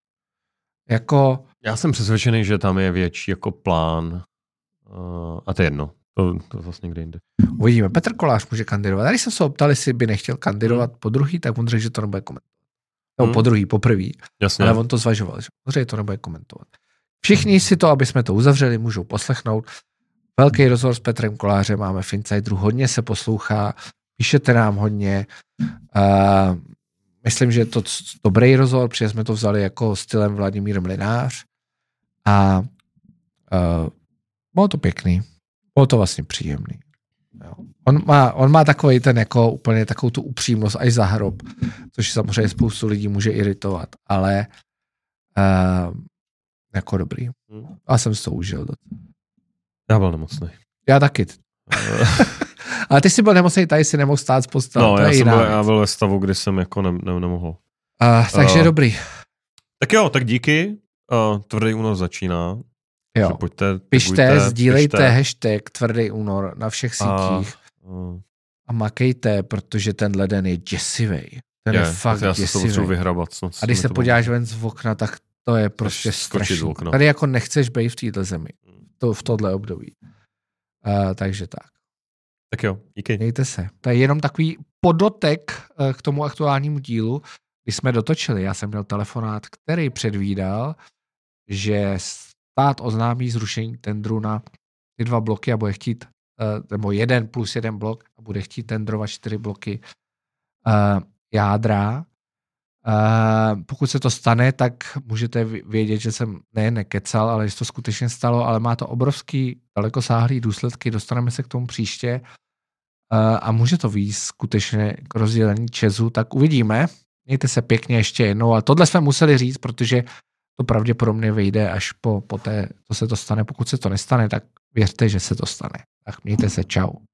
Jako... Já jsem přesvědčený, že tam je větší jako plán uh, a to je jedno. To, to vlastně někde jinde. Uvidíme. Petr Kolář může kandidovat. A když jsem se optal, jestli by nechtěl kandidovat hmm. po druhý, tak on řekl, že to nebude komentovat. No hmm. po druhý, po prvý. Jasně. Ale on to zvažoval, že on řekl, že to nebude komentovat. Všichni si to, aby jsme to uzavřeli, můžou poslechnout. Velký rozhovor s Petrem Kolářem máme v Insideru, hodně se poslouchá, píšete nám hodně. Uh, myslím, že je to dobrý rozhovor, protože jsme to vzali jako stylem Vladimír Mlynář. A uh, bylo to pěkný. Bylo to vlastně příjemný. Jo. On má, on má takový ten jako úplně takovou tu upřímnost až za hrob, což samozřejmě spoustu lidí může iritovat, ale uh, jako dobrý. Já jsem si to užil. Já byl nemocný. Já taky. Ale ty jsi byl nemocný, tady si nemohl stát z postele. No, já jsem byl, já byl ve stavu, kdy jsem jako ne, ne, nemohl. Uh, takže uh, dobrý. Tak jo, tak díky. Uh, tvrdý únor začíná. Jo. Pojďte, pište, pojďte, sdílejte pište. Hashtag tvrdý únor na všech sítích. A, uh, a makejte, protože ten leden je děsivej. Ten je, je fakt já děsivej. Se vyhrabat, snad, a když se podíváš ven z okna, tak to je prostě strašný. Tady jako nechceš být v této zemi. To, v tohle období. Uh, takže tak. Tak jo, díky. Mějte se. To je jenom takový podotek uh, k tomu aktuálnímu dílu, když jsme dotočili. Já jsem měl telefonát, který předvídal, že stát oznámí zrušení tendru na ty dva bloky a bude chtít, uh, nebo jeden plus jeden blok a bude chtít tendrovat čtyři bloky uh, jádra. Uh, pokud se to stane, tak můžete vědět, že jsem ne nekecal, ale že to skutečně stalo, ale má to obrovský dalekosáhlý důsledky, dostaneme se k tomu příště uh, a může to výjít skutečně k rozdělení ČEZu, tak uvidíme. Mějte se pěkně ještě jednou, ale tohle jsme museli říct, protože to pravděpodobně vyjde až po, po té, co se to stane. Pokud se to nestane, tak věřte, že se to stane. Tak mějte se, čau.